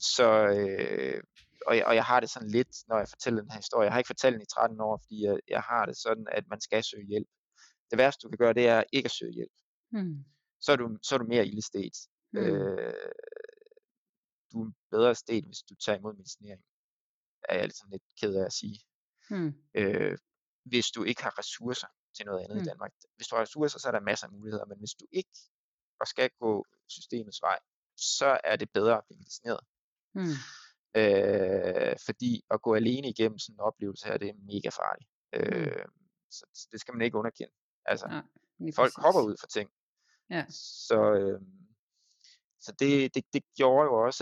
Og jeg har det sådan lidt, når jeg fortæller den her historie. Jeg har ikke fortalt den i 13 år, fordi jeg har det sådan, at man skal søge hjælp. Det værste, du kan gøre, det er ikke at søge hjælp. Så er du mere ildestet. Du er bedre sted, hvis du tager imod medicinering. Er jeg sådan lidt ked af at sige. Hvis du ikke har ressourcer til noget andet i Danmark. Hvis du har ressourcer, så er der masser af muligheder, men hvis du ikke og skal gå systemets vej, så er det bedre at blive medicineret. Fordi at gå alene igennem sådan en oplevelse her, det er mega farligt. Så det skal man ikke underkende. Altså, folk hopper ud for ting. Ja. Så det gjorde jo også,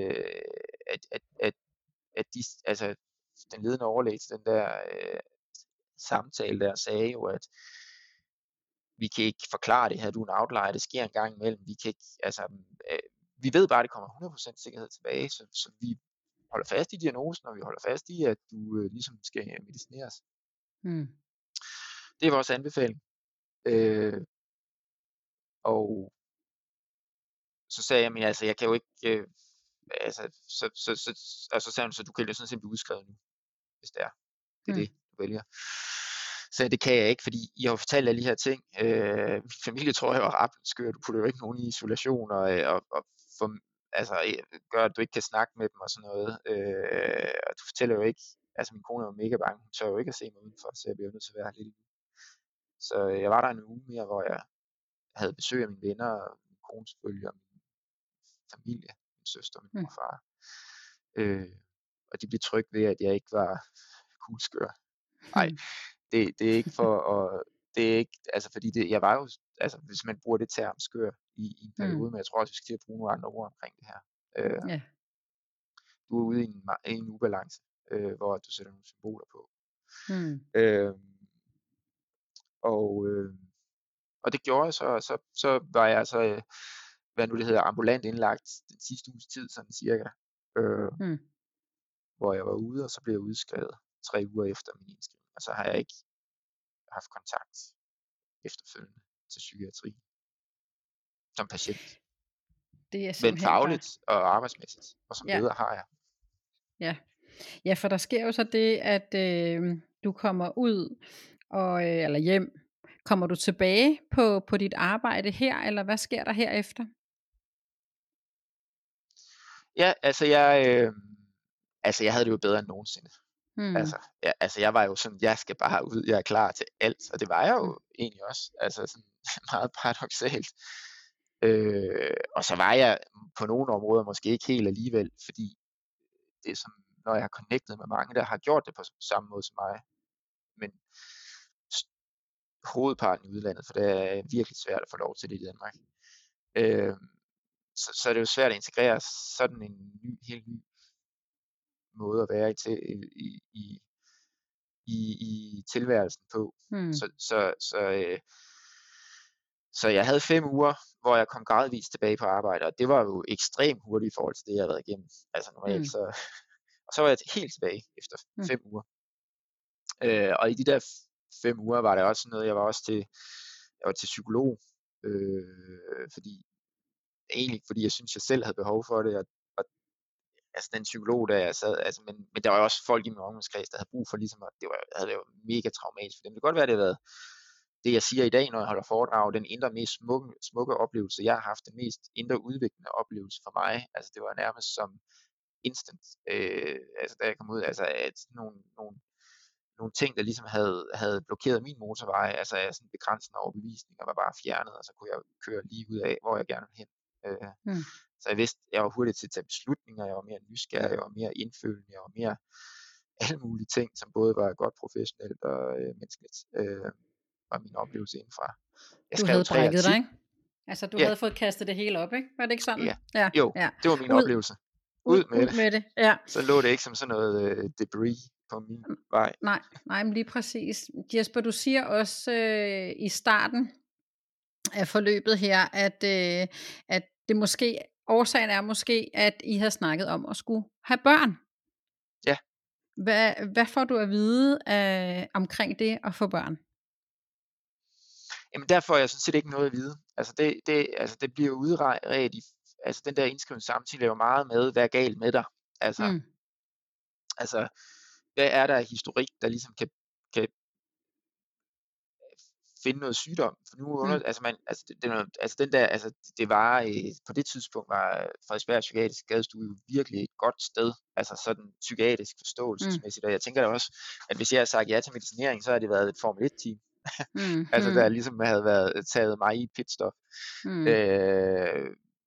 at de, altså, den ledende overlæge til den der samtale der sagde jo, at vi kan ikke forklare det her, du er en outlier, det sker en gang imellem, vi kan ikke, altså, vi ved bare, at det kommer 100% sikkerhed tilbage, så vi holder fast i diagnosen, og vi holder fast i, at du ligesom skal medicineres. Det er vores anbefaling. Og så sagde jeg, men altså, jeg kan jo ikke, så sagde hun, så du kan jo sådan set blive udskrevet nu, hvis det er. Det er det, du vælger. Så det kan jeg ikke, fordi I har fortalt alle de her ting. Min familie tror jeg var ret skør. Du putter jo ikke nogen i isolation, og gør, at du ikke kan snakke med dem og sådan noget. Og du fortæller jo ikke, altså min kone er jo mega bange. Hun tør jo ikke at se mig udenfor, så jeg bliver nødt til at være lidt i. Så jeg var der en uge mere, hvor jeg havde besøg af mine venner, og min kone selvfølgelig, og min familie, min søster og min mor og far. Og de blev trygge ved, at jeg ikke var kugleskør. Nej, det er ikke for at, det er ikke, altså fordi jeg var jo, altså hvis man bruger det term skør i en periode, men jeg tror også, vi skal til at bruge nogle andre ord omkring det her. Du er ude i en ubalance, hvor du sætter nogle symboler på. Og det gjorde jeg så var jeg altså, hvad nu det hedder, ambulant indlagt den sidste uges tid, sådan cirka. Hvor jeg var ude, og så blev jeg udskrevet 3 uger efter min indskrivning. Og så har jeg ikke haft kontakt efterfølgende til psykiatri som patient. Det er men fagligt og arbejdsmæssigt, og som leder har jeg. Ja, for der sker jo så det, at du kommer ud og eller hjem. Kommer du tilbage på dit arbejde her, eller hvad sker der herefter? Ja, altså jeg havde det jo bedre end nogensinde. Jeg var jo sådan, jeg skal bare ud, jeg er klar til alt, og det var jeg jo egentlig også, altså sådan meget paradoksalt. Og så var jeg på nogle områder måske ikke helt alligevel, fordi det er som, når jeg har connectet med mange, der har gjort det på samme måde som mig, men hovedparten i udlandet, for det er virkelig svært at få lov til det i Danmark. Så er det jo svært at integrere sådan en helt ny måde at være i tilværelsen på. Så jeg havde 5 uger, hvor jeg kom gradvist tilbage på arbejde, og det var jo ekstremt hurtigt i forhold til det, jeg havde været igennem. Altså normalt, og så var jeg helt tilbage efter 5 uger. Og i de der 5 uger var det også noget, jeg var til psykolog, fordi jeg synes, jeg selv havde behov for det, og altså den psykolog, der jeg sad, altså, men der var også folk i min omgangskreds, der havde brug for ligesom, at havde været mega traumatisk for dem. Det kan godt være, det havde været det, jeg siger i dag, når jeg holder foredrag, den indre mest smukke oplevelse, jeg har haft, den mest indre udviklende oplevelse for mig. Altså det var nærmest som instant, altså da jeg kom ud, altså at nogle ting, der ligesom havde blokeret min motorvej, altså af sådan begrænsende overbevisninger, var bare fjernet, og så kunne jeg køre lige ud af, hvor jeg gerne ville hen. Så jeg vidste, jeg var hurtig til at tage beslutninger, jeg var mere nysgerrig, jeg var mere indfølende, jeg var mere alle mulige ting, som både var godt professionelt og menneskeligt, var min oplevelse indenfra. Du havde brækket dig, ikke? Altså du havde fået kastet det hele op, ikke? Var det ikke sådan? Ja. Jo, det var min oplevelse. Ud med det. Ja. Så lå det ikke som sådan noget debris på min vej. Nej, men lige præcis. Jesper, du siger også i starten af forløbet her, at det årsagen er måske, at I har snakket om at skulle have børn. Ja. Hvad får du at vide omkring det at få børn? Jamen der får jeg sådan set ikke noget at vide. Det bliver jo udredt i, altså den der indskrivning samtidig er jo meget med, hvad er galt med dig? Altså, Mm. altså hvad er der af historik, der ligesom kan finde noget sygdom? For nu det var på det tidspunkt var Frederiksberg Psykiatrisk Skadestue jo virkelig et godt sted, altså sådan psykiatrisk forståelsesmæssigt, og jeg tænker da også, at hvis jeg havde sagt ja til medicinering, så havde det været et Formel 1-team, altså der ligesom havde været taget mig i et pitstop. Øh,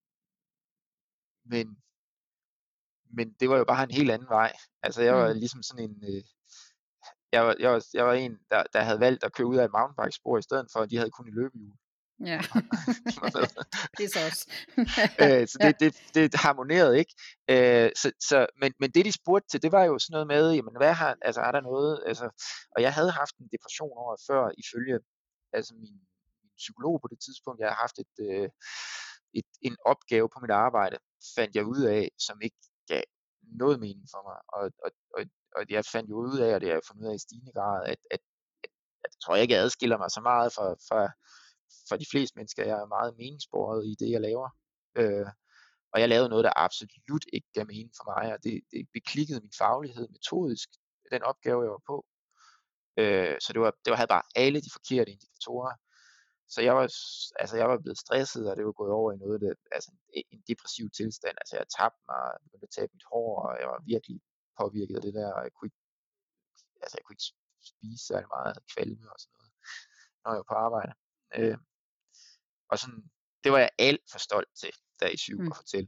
men det var jo bare en helt anden vej. Altså jeg var ligesom sådan en, jeg var en, der havde valgt at køre ud af et mountainbikespor i stedet for, at de havde kun i løbehjul. Ja, det er så også. Så det harmonerede ikke. Men det de spurgte til, det var jo sådan noget med, jamen er der noget, og jeg havde haft en depression året før, ifølge min psykolog på det tidspunkt. Jeg havde haft en opgave på mit arbejde, fandt jeg ud af, som ikke gav noget mening for mig, og jeg fandt jo ud af, og det har jeg fundet ud af i stigende grad, at jeg tror ikke, jeg adskiller mig så meget fra de fleste mennesker. Jeg er meget meningsbåret i det, jeg laver. Og jeg lavede noget, der absolut ikke gav mening for mig, og det beklikkede min faglighed metodisk, den opgave, jeg var på. Så det havde bare alle de forkerte indikatorer. Så jeg var blevet stresset, og det var gået over i noget, en depressiv tilstand. Altså jeg tabte mig, begyndte at tabe mit hår, og jeg var virkelig påvirket af det der, og jeg kunne ikke spise særlig meget, kvalme og sådan noget, når jeg var på arbejde. Og sådan, det var jeg alt for stolt til, da i 7 at fortælle.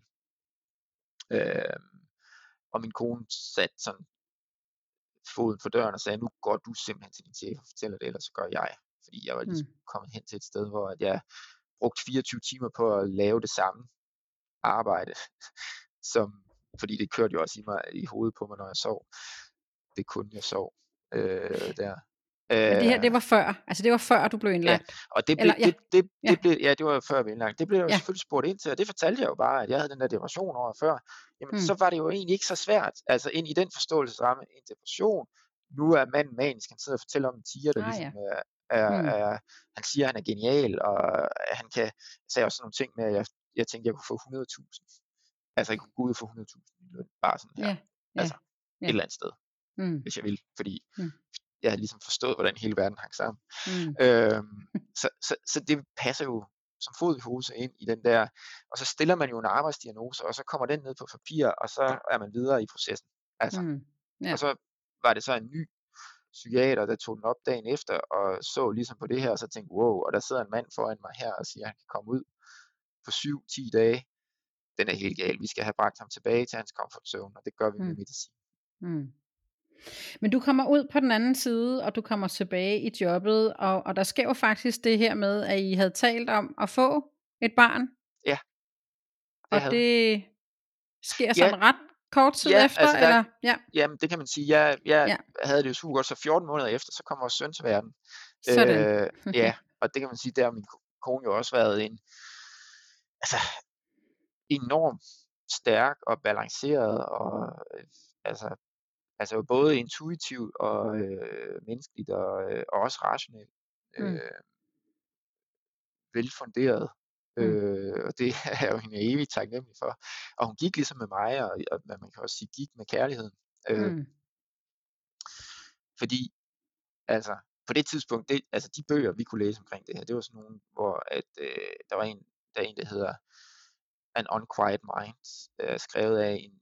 Og min kone satte sådan foden for døren og sagde, nu går du simpelthen til din chef og fortæller det, ellers så gør jeg. Fordi jeg var ligesom kommet hen til et sted, hvor jeg brugte 24 timer på at lave det samme arbejde, fordi det kørte jo også i hovedet på mig, når jeg sov. Det kunne jeg sov der. Men det her, det var før, altså det var før du blev indlagt? Ja, og det var før jeg blev indlagt. Det blev jeg jo selvfølgelig spurgt ind til, og det fortalte jeg jo bare, at jeg havde den der depression året før. Jamen så var det jo egentlig ikke så svært, altså ind i den forståelsesramme, en depression. Nu er manden manisk, han sidder og fortæller om en tiger, der han siger, han er genial, og han sagde også sådan nogle ting med, at jeg tænkte, jeg kunne få 100.000. Altså jeg kunne gå ud og få 100.000 i løn, bare sådan her. Et eller andet sted, hvis jeg ville, fordi jeg havde ligesom forstået, hvordan hele verden hang sammen. Så det passer jo som fod i hose ind i den der, og så stiller man jo en arbejdsdiagnose, og så kommer den ned på papir, og så er man videre i processen. Og så var det så en ny psykiater, der tog den op dagen efter, og så ligesom på det her, og så tænkte, wow, og der sidder en mand foran mig her, og siger, at han kan komme ud på 7-10 dage. Den er helt gal. Vi skal have bragt ham tilbage til hans komfortzone, og det gør vi med medicin. Men du kommer ud på den anden side, og du kommer tilbage i jobbet, og der sker jo faktisk det her med, at I havde talt om at få et barn. Ja. Og det sker sådan ret kort tid efter? Eller? Jamen, det kan man sige. Jeg havde det jo super godt, så 14 måneder efter, så kom vores søn til verden. Sådan. Og det kan man sige, der har min kone jo også været en enormt stærk og balanceret, og altså både intuitivt og menneskeligt, og også rationelt. Velfunderet. Og det er jeg jo hende evigt taknemmelig for. Og hun gik ligesom med mig, og man kan også sige, gik med kærligheden. Fordi, på det tidspunkt, de bøger, vi kunne læse omkring det her, det var sådan nogle, hvor der er en, der hedder An Unquiet Mind, skrevet af en,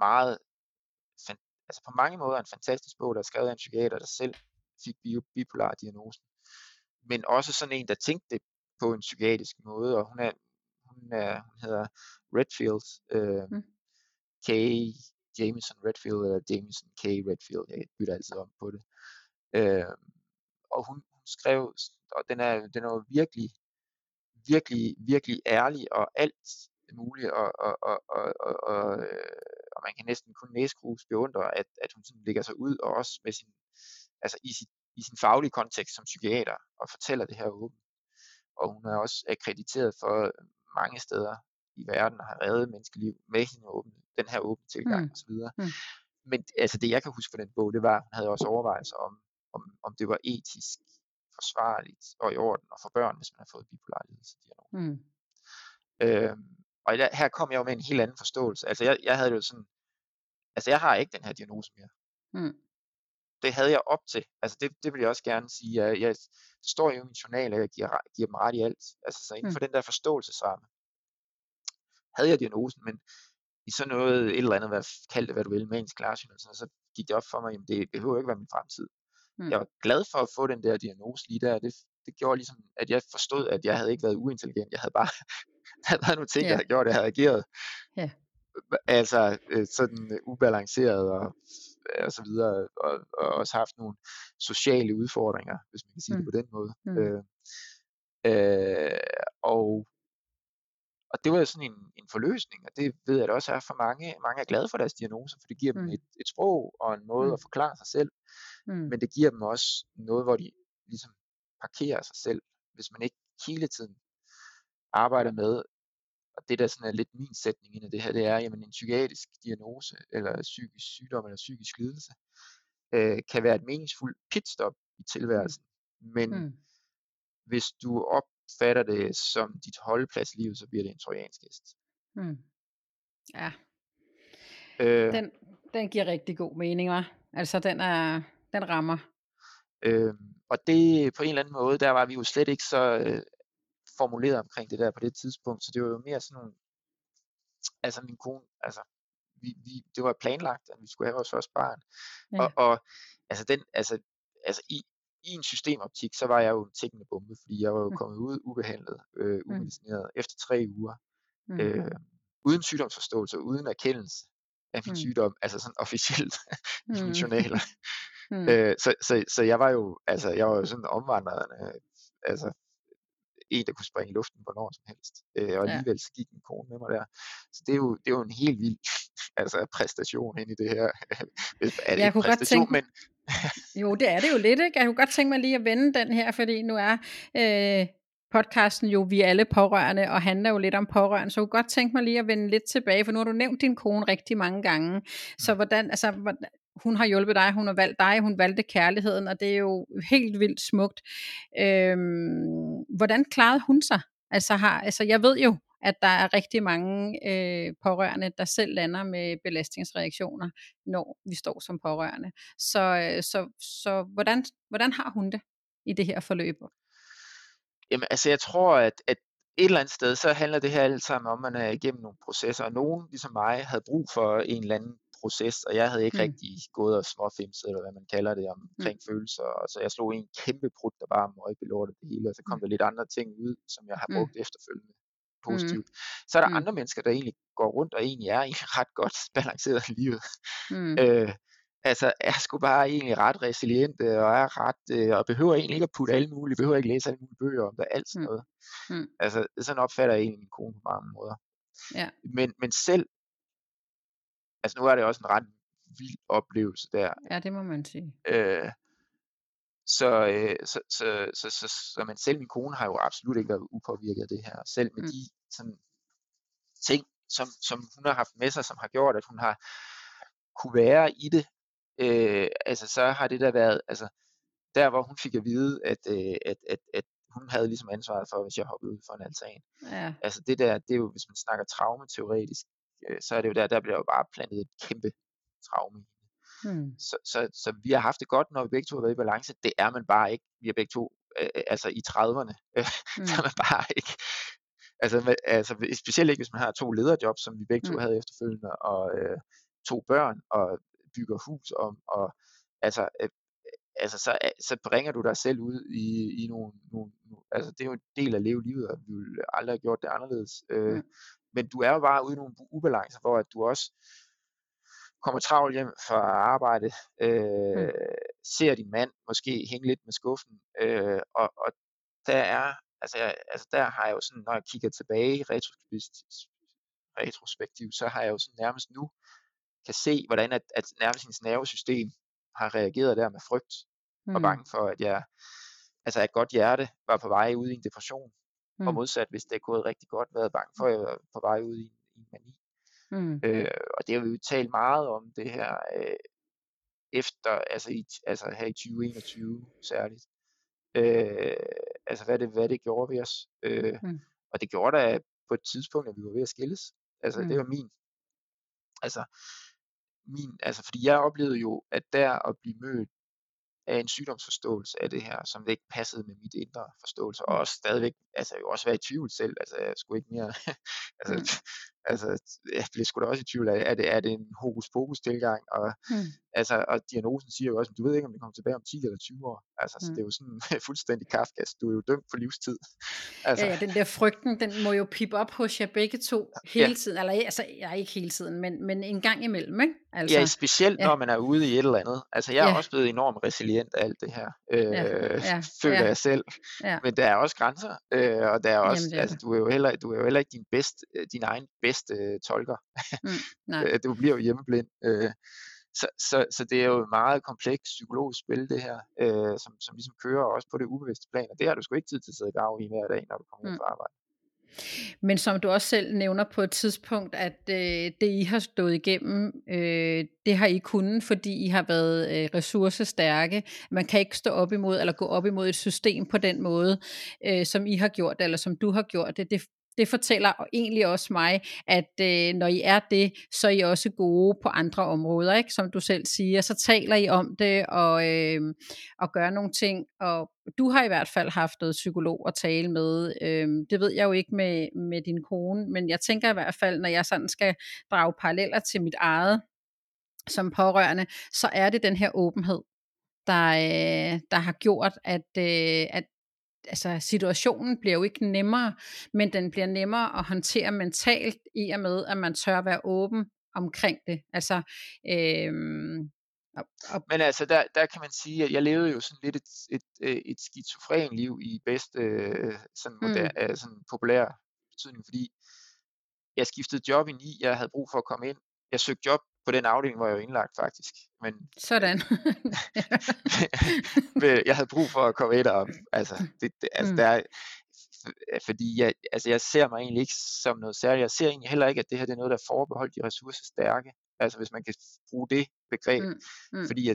på mange måder en fantastisk bog, der er skrevet af en psykiater, der selv fik bipolar diagnosen. Men også sådan en, der tænkte det på en psykiatrisk måde, og hun hedder Redfield, K. Jamison Redfield, eller Jamison K. Redfield, jeg bytter altid om på det. Og hun skrev, og den er jo virkelig, virkelig, virkelig ærlig, og alt muligt, og man kan næsten kun næsgrus beundre, at hun sådan lægger sig ud, og også med i sin faglige kontekst som psykiater, og fortæller det her åbent. Og hun er også akkrediteret for mange steder i verden, og har reddet menneskeliv med den her åbne tilgang osv. men altså det jeg kan huske fra den bog, det var, at hun havde også overvejelser om det var etisk forsvarligt og i orden og for børn, hvis man har fået bipolar lidelse. Mm. Og her kom jeg jo med en helt anden forståelse. Altså jeg havde det jo sådan, altså jeg har ikke den her diagnose mere. Mm. Det havde jeg op til. Altså det vil jeg også gerne sige. Det står jo i min journal, at jeg giver dem ret i alt. Altså så inden for den der forståelsesramme, havde jeg diagnosen, men i sådan noget, et eller andet, kald det hvad du vil, manisk klarsyn, så gik det op for mig, jamen det behøver ikke være min fremtid. Jeg var glad for at få den der diagnose lige der. Det gjorde ligesom, at jeg forstod, at jeg havde ikke været uintelligent. Jeg havde bare havde været nogle ting, der havde gjort, at jeg havde ageret. Altså sådan ubalanceret og så videre, og også haft nogle sociale udfordringer, hvis man kan sige det på den måde. Og det var jo sådan en forløsning, og det ved jeg da også er for mange. Mange er glade for deres diagnoser, for det giver dem et sprog og en måde at forklare sig selv. Men det giver dem også noget, hvor de ligesom parkerer sig selv, hvis man ikke hele tiden arbejder med. Og det der sådan er lidt min sætning ind i det her, det er, jamen en psykiatrisk diagnose, eller psykisk sygdom, eller psykisk lidelse, kan være et meningsfuldt pitstop i tilværelsen. Men hvis du opfatter det som dit holdeplads i livet, så bliver det en trojansk hest. Ja. Den giver rigtig god mening, hva'? Altså den rammer. Og det på en eller anden måde, der var vi jo slet ikke så formuleret omkring det der på det tidspunkt, så det var jo mere sådan nogle, altså min kone, altså det var planlagt, at vi skulle have vores første barn. Og altså i en systemoptik, så var jeg jo en tikkende bombe, fordi jeg var jo kommet ud ubehandlet, umedicineret efter 3 uger, uden sygdomsforståelse, uden erkendelse af min sygdom, altså sådan officielt i mine journaler. Så jeg var jo, altså jeg var jo sådan omvandrende, altså en, der kunne springe i luften hvornår som helst. Og alligevel så gik min kone med mig der. Så det er jo en helt vild præstation ind i det her. Er det ikke præstation, men... Jo, det er det jo lidt, ikke? Jeg kunne godt tænke mig lige at vende den her, fordi nu er podcasten jo Vi alle pårørende, og handler jo lidt om pårørende, så jeg kunne godt tænke mig lige at vende lidt tilbage, for nu har du nævnt din kone rigtig mange gange. Så hvordan, hun har hjulpet dig, hun har valgt dig, hun valgte kærligheden, og det er jo helt vildt smukt. Hvordan klarede hun sig? Altså jeg ved jo, at der er rigtig mange pårørende, der selv lander med belastningsreaktioner, når vi står som pårørende. Så hvordan har hun det i det her forløb? Jamen altså jeg tror, at et eller andet sted, så handler det her alt sammen om, at man er igennem nogle processer, og nogen ligesom mig havde brug for en eller anden proces, og jeg havde ikke rigtig gået og småfimset, eller hvad man kalder det, omkring følelser, og så jeg slog en kæmpe prut, der bare møgbelortede det hele, og så kom der lidt andre ting ud, som jeg har brugt efterfølgende positivt. Så er der andre mennesker, der egentlig går rundt og egentlig er ret godt balanceret i livet. Altså er sgu bare egentlig ret resilient og er ret og behøver egentlig ikke at putte alle mulige, behøver ikke læse alle mulige bøger om det, alt sådan noget. Altså sådan opfatter jeg egentlig min kone på mange måder. Men selv, altså nu er det også en ret vild oplevelse der. Ja, det må man sige. Så men selv min kone har jo absolut ikke været upåvirket af det her. Selv med de sådan ting, som hun har haft med sig, som har gjort, at hun har kunne være i det. Altså så har det der været, altså der hvor hun fik at vide, at hun havde ligesom ansvaret for, hvis jeg hoppede ud for en altan. Altså det der, det er jo, hvis man snakker traumeteoretisk, så er det jo der bliver jo bare plantet et kæmpe traume. Så vi har haft det godt, når vi begge to har været i balance. Det er man bare ikke. Vi er begge to altså i 30'erne. Så er man bare ikke. Altså specielt ikke, hvis man har 2 lederjobs, som vi begge to havde efterfølgende, og 2 børn, og bygger hus om, og så bringer du dig selv ud i nogle altså det er jo en del af at leve livet, og vi ville aldrig have gjort det anderledes. Men du er jo bare ude i nogle ubalancer, hvor at du også kommer travlt hjem fra arbejde, ser din mand måske hænge lidt med skuffen, og der er, der har jeg jo sådan, når jeg kigger tilbage retrospektivt, så har jeg jo sådan nærmest nu kan se, hvordan at nærmest hendes nervesystem har reageret der med frygt og bange for, at jeg af et godt hjerte var på vej ud i en depression, og modsat, hvis det er gået rigtig godt, været bange for, at jeg var på vej ud i en mani. Og det har vi jo talt meget om det her efter, altså her i 2021 særligt. Altså hvad det gjorde ved os. Og det gjorde da på et tidspunkt, at vi var ved at skilles. Altså det var altså fordi jeg oplevede jo, at der at blive mødt af en sygdomsforståelse af det her, som det ikke passede med mit indre forståelse, og også stadigvæk, altså jeg jo også være i tvivl selv, altså jeg skulle ikke mere, altså jeg blev sgu da også i tvivl af, er det en hokus pokus tilgang, og diagnosen siger jo også, du ved ikke, om det kommer tilbage om 10 eller 20 år, altså så det er jo sådan fuldstændig Kafkas, du er jo dømt for livstid. Altså, ja, den der frygten, den må jo pippe op hos jer begge to hele tiden, eller altså ikke hele tiden, men en gang imellem, ikke? Altså, ja, specielt når man er ude i et eller andet. Altså jeg er også blevet enormt resilient af alt det her, føler jeg selv. Men der er også grænser, og der er også, altså du er jo heller ikke din egen bedste tolker. Du bliver jo hjemmeblind. Så det er jo et meget komplekst psykologisk spil, det her, som ligesom kører også på det ubevidste plan, og det har du sgu ikke tid til at sidde i dag i hver dag, når du kommer hjem fra arbejde. Men som du også selv nævner på et tidspunkt, at det I har stået igennem, det har I kunnet, fordi I har været ressourcestærke. Man kan ikke stå op imod, eller gå op imod et system på den måde, som I har gjort, eller som du har gjort det. Det fortæller egentlig også mig, at når I er det, så er I også gode på andre områder, ikke? Som du selv siger, så taler I om det og gør nogle ting, og du har i hvert fald haft noget psykolog at tale med. Det ved jeg jo ikke med din kone, men jeg tænker i hvert fald, når jeg sådan skal drage paralleller til mit eget som pårørende, så er det den her åbenhed, der har gjort, at altså situationen bliver jo ikke nemmere, men den bliver nemmere at håndtere mentalt i og med, at man tør være åben omkring det. Altså, men altså, der kan man sige, at jeg levede jo sådan lidt et skizofren liv i bedste sådan populær betydning, fordi jeg skiftede job i 9, jeg havde brug for at komme ind. Jeg søgte job på den afdeling, hvor jeg var indlagt faktisk. Men sådan. jeg havde brug for at komme ind, og altså, der er, fordi jeg ser mig egentlig ikke som noget særligt. Jeg ser egentlig heller ikke, at det her det er noget, der er forbeholdt de ressourcestærke. Altså hvis man kan bruge det begreb. Fordi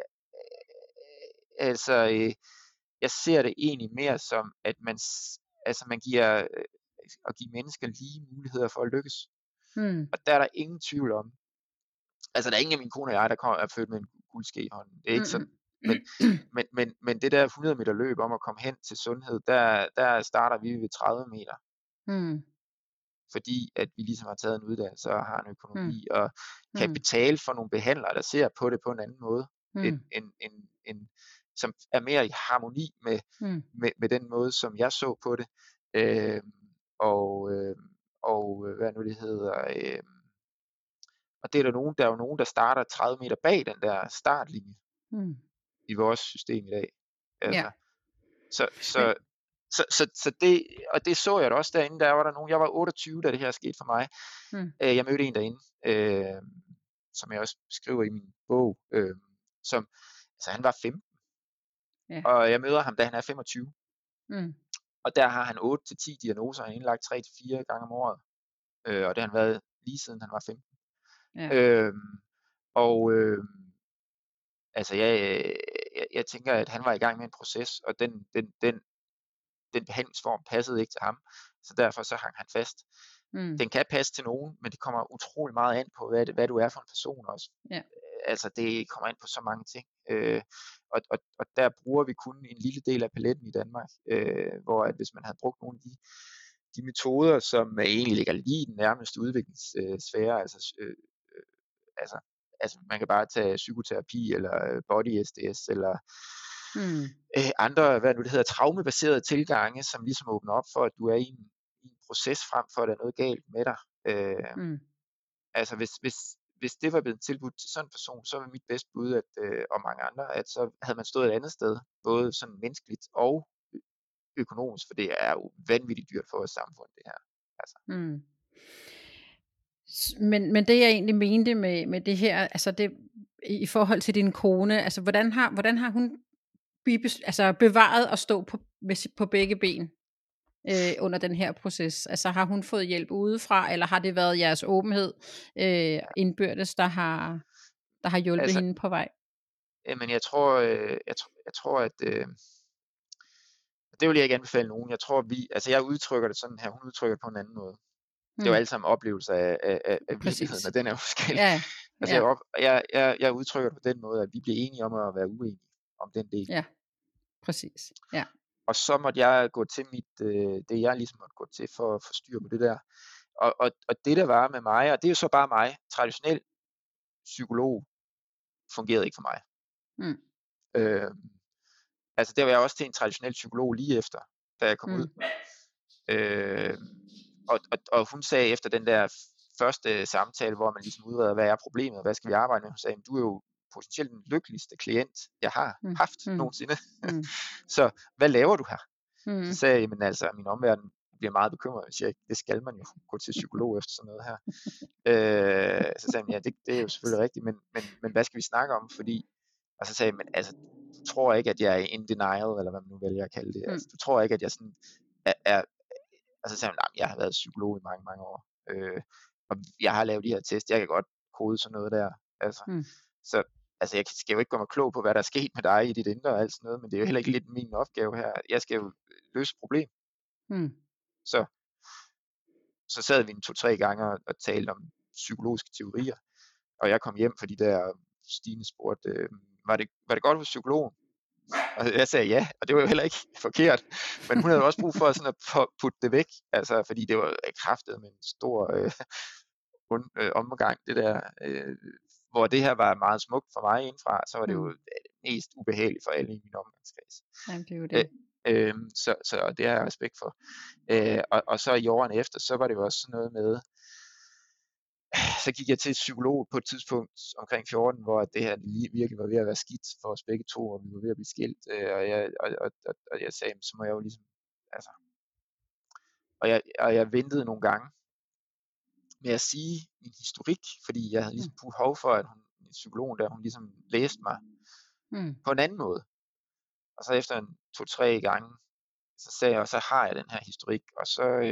jeg ser det egentlig mere som, at man giver mennesker lige muligheder for at lykkes. Og der er der ingen tvivl om. Altså der er ingen af mine kone og jeg, der er født med en guldske i hånden. Det er ikke sådan. Men det der 100 meter løb om at komme hen til sundhed, der starter vi ved 30 meter. Fordi at vi ligesom har taget en uddannelse og har en økonomi og kan betale for nogle behandlere, der ser på det på en anden måde, som er mere i harmoni med den måde, som jeg så på det. Og hvad nu det hedder, og det er der er jo nogen, der starter 30 meter bag den der startlinje i vores system i dag. Altså, så det, og det så jeg da også derinde, der var der nogen, jeg var 28, da det her skete for mig. Jeg mødte en derinde, som jeg også skriver i min bog, som, altså han var 15, og jeg møder ham, da han er 25. Og der har han 8-10 diagnoser, han har indlagt 3-4 gange om året, og det har han været lige siden han var 15. Altså jeg tænker, at han var i gang med en proces, og den behandlingsform passede ikke til ham, så derfor så hang han fast. Den kan passe til nogen, men det kommer utrolig meget an på, hvad du er for en person også. Altså det kommer an på så mange ting. Og der bruger vi kun en lille del af paletten i Danmark, hvor at hvis man havde brugt nogle af de metoder, som egentlig ligger lige i den nærmeste udviklingssfære, altså man kan bare tage psykoterapi eller body SDS eller andre, hvad nu det hedder, traumebaserede tilgange, som ligesom åbner op for, at du er i en proces frem for, at der er noget galt med dig. Altså hvis det var blevet tilbudt til sådan en person, så var mit bedste bud, og mange andre, at så havde man stået et andet sted, både sådan menneskeligt og økonomisk, for det er jo vanvittigt dyrt for vores samfund, det her. Altså. Men det jeg egentlig mente med det her, altså det i forhold til din kone, altså hvordan har hun bevaret at stå på begge ben? under den her proces? Altså har hun fået hjælp udefra, eller har det været jeres åbenhed indbyrdes, der har hjulpet Altså, hende på vej? men jeg tror, at det vil jeg ikke anbefale nogen. Jeg tror, jeg udtrykker det sådan her, hun udtrykker det på en anden måde. Det er jo alle sammen oplevelser af virkeligheden, Præcis. og den er jo forskellig. Ja, Altså, ja, jeg udtrykker det på den måde, at vi bliver enige om at være uenige om den del. ja, præcis. Ja. Og så måtte jeg gå til det jeg ligesom måtte gå til for at få styr på det der. Og det der var med mig, og det er jo så bare mig, traditionel psykolog fungerede ikke for mig. Mm. Altså der var jeg også til en traditionel psykolog lige efter, da jeg kom ud. Og hun sagde efter den der første samtale, hvor man ligesom udreder, hvad er problemet, hvad skal vi arbejde med, hun sagde, du er jo potentielt den lykkeligste klient, jeg har haft nogensinde. Så hvad laver du her? Så sagde jeg, men altså, min omverden bliver meget bekymret, hvis jeg ikke, det skal man jo gå til psykolog efter sådan noget her. Så sagde jeg, ja, det er jo selvfølgelig rigtigt, men hvad skal vi snakke om, fordi, og så sagde jeg, men altså, du tror ikke, at jeg er in denial, eller hvad man nu vælger at kalde det, altså, du tror ikke, at jeg sådan er og så sagde hun, jeg har været psykolog i mange, mange år, og jeg har lavet de her test, jeg kan godt kode sådan noget der, altså, så altså, jeg skal jo ikke gå mig klog på, hvad der er sket med dig i dit indre og alt sådan noget, men det er jo heller ikke lidt min opgave her. Jeg skal jo løse et problem. Så sad vi 2-3 gange og talte om psykologiske teorier, og jeg kom hjem, fordi der Stine spurgte, var det godt hos psykologen? Og jeg sagde ja, og det var jo heller ikke forkert, men hun havde også brug for sådan at putte det væk, altså fordi det var kraftet med en stor omgang, det der, hvor det her var meget smukt for mig indfra, så var det jo mest ubehageligt for alle i min omgangskreds. Jamen, det er jo det. Så det har jeg respekt for. Og så i årene efter, så var det jo også sådan noget med, så gik jeg til psykolog på et tidspunkt omkring 14, hvor det her virkelig var ved at være skidt for os begge to, og vi var ved at blive skilt, og jeg sagde, så må jeg jo ligesom, altså, og jeg ventede nogle gange med at sige min historik, fordi jeg havde ligesom behov for, at psykologen der, hun ligesom læste mig på en anden måde. Og så efter 2-3 gange, så sagde jeg, og så har jeg den her historik, og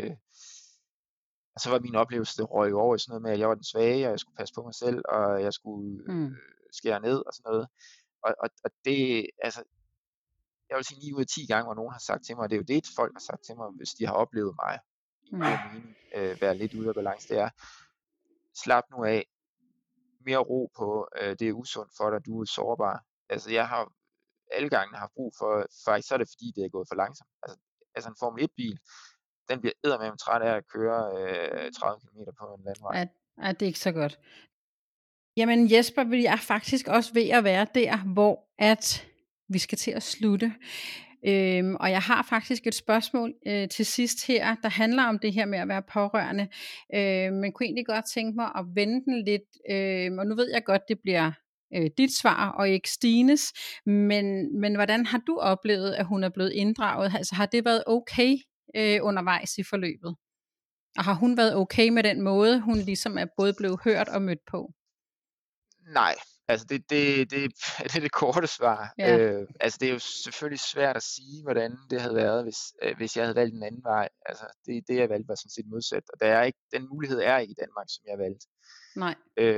så var min oplevelse, det røg over i sådan noget med, at jeg var den svage, og jeg skulle passe på mig selv, og jeg skulle skære ned og sådan noget. Og det, altså, jeg vil sige 9 ud af 10 gange, hvor nogen har sagt til mig, og det er jo det, folk har sagt til mig, hvis de har oplevet mig, i en god mening, være lidt ude af balance, det er, slap nu af, mere ro på, det er usundt for dig, du er sårbar. Altså jeg har alle gange haft brug for, faktisk så er det fordi, det er gået for langsomt. Altså en Formel 1-bil, den bliver eddermame træt af at køre 30 km på en landvej. Ja, det er ikke så godt. Jamen Jesper, vi er faktisk også ved at være der, hvor at vi skal til at slutte. Og jeg har faktisk et spørgsmål til sidst her, der handler om det her med at være pårørende. Men kunne egentlig godt tænke mig at vende den lidt, og nu ved jeg godt, det bliver dit svar og ikke Stines, men hvordan har du oplevet, at hun er blevet inddraget? Altså har det været okay undervejs i forløbet? Og har hun været okay med den måde, hun ligesom er både blevet hørt og mødt på? Nej, altså det er det korte svar. Ja. Altså det er jo selvfølgelig svært at sige, hvordan det havde været, hvis jeg havde valgt en anden vej. Altså det jeg valgte var sådan set modsat, og den mulighed er ikke i Danmark, som jeg valgte. Nej.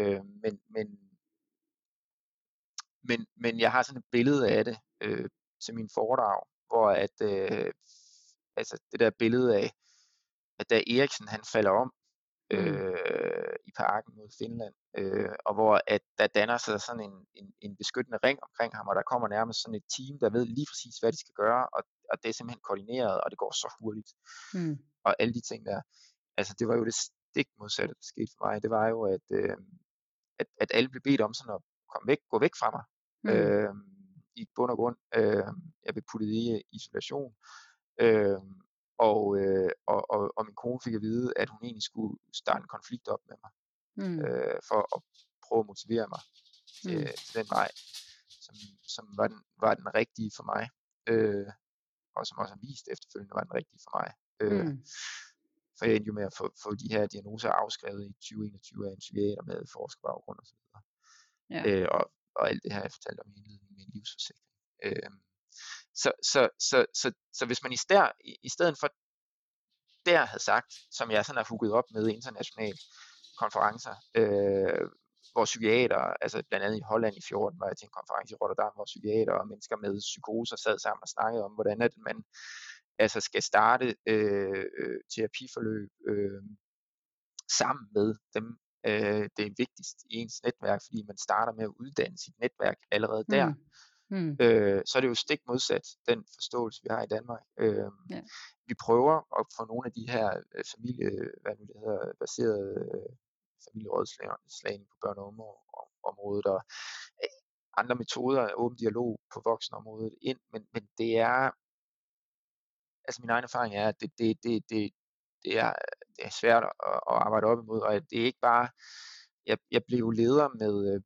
Men jeg har sådan et billede af det til min foredrag, hvor altså det der billede af, at da Eriksen han falder om i parken mod Finland, og hvor at der danner sig sådan en beskyttende ring omkring ham, og der kommer nærmest sådan et team, der ved lige præcis, hvad de skal gøre, og det er simpelthen koordineret, og det går så hurtigt. Og alle de ting der, altså det var jo det stik modsatte, der skete for mig. Det var jo, at alle blev bedt om sådan at gå væk fra mig. I bund og grund. Jeg blev puttet i isolation. Og min kone fik at vide, at hun egentlig skulle starte en konflikt op med mig, for at prøve at motivere mig til den vej, som var den rigtige for mig, og som også har vist efterfølgende var den rigtige for mig. For jeg endte jo med at få de her diagnoser afskrevet i 2021 af en psykiater med forskerbaggrund og så videre. Ja. Og alt det her, jeg fortalte om i indledningen med en livsforsikring. Så hvis man i stedet for der havde sagt, som jeg sådan har hooket op med internationale konferencer, hvor psykiater, altså blandt andet i Holland i 14 var jeg til en konference i Rotterdam, hvor psykiater og mennesker med psykoser sad sammen og snakkede om, hvordan at man altså skal starte terapiforløb sammen med dem. Det er vigtigst i ens netværk, fordi man starter med at uddanne sit netværk allerede der. Så er det jo stik modsat den forståelse, vi har i Danmark. Vi prøver at få nogle af de her baserede familierådslagning på børne- og ungeområdet og andre metoder af åben dialog på voksenområdet ind, men det er, altså min egen erfaring er, at det er svært at arbejde op imod, og det er ikke bare, jeg blev leder med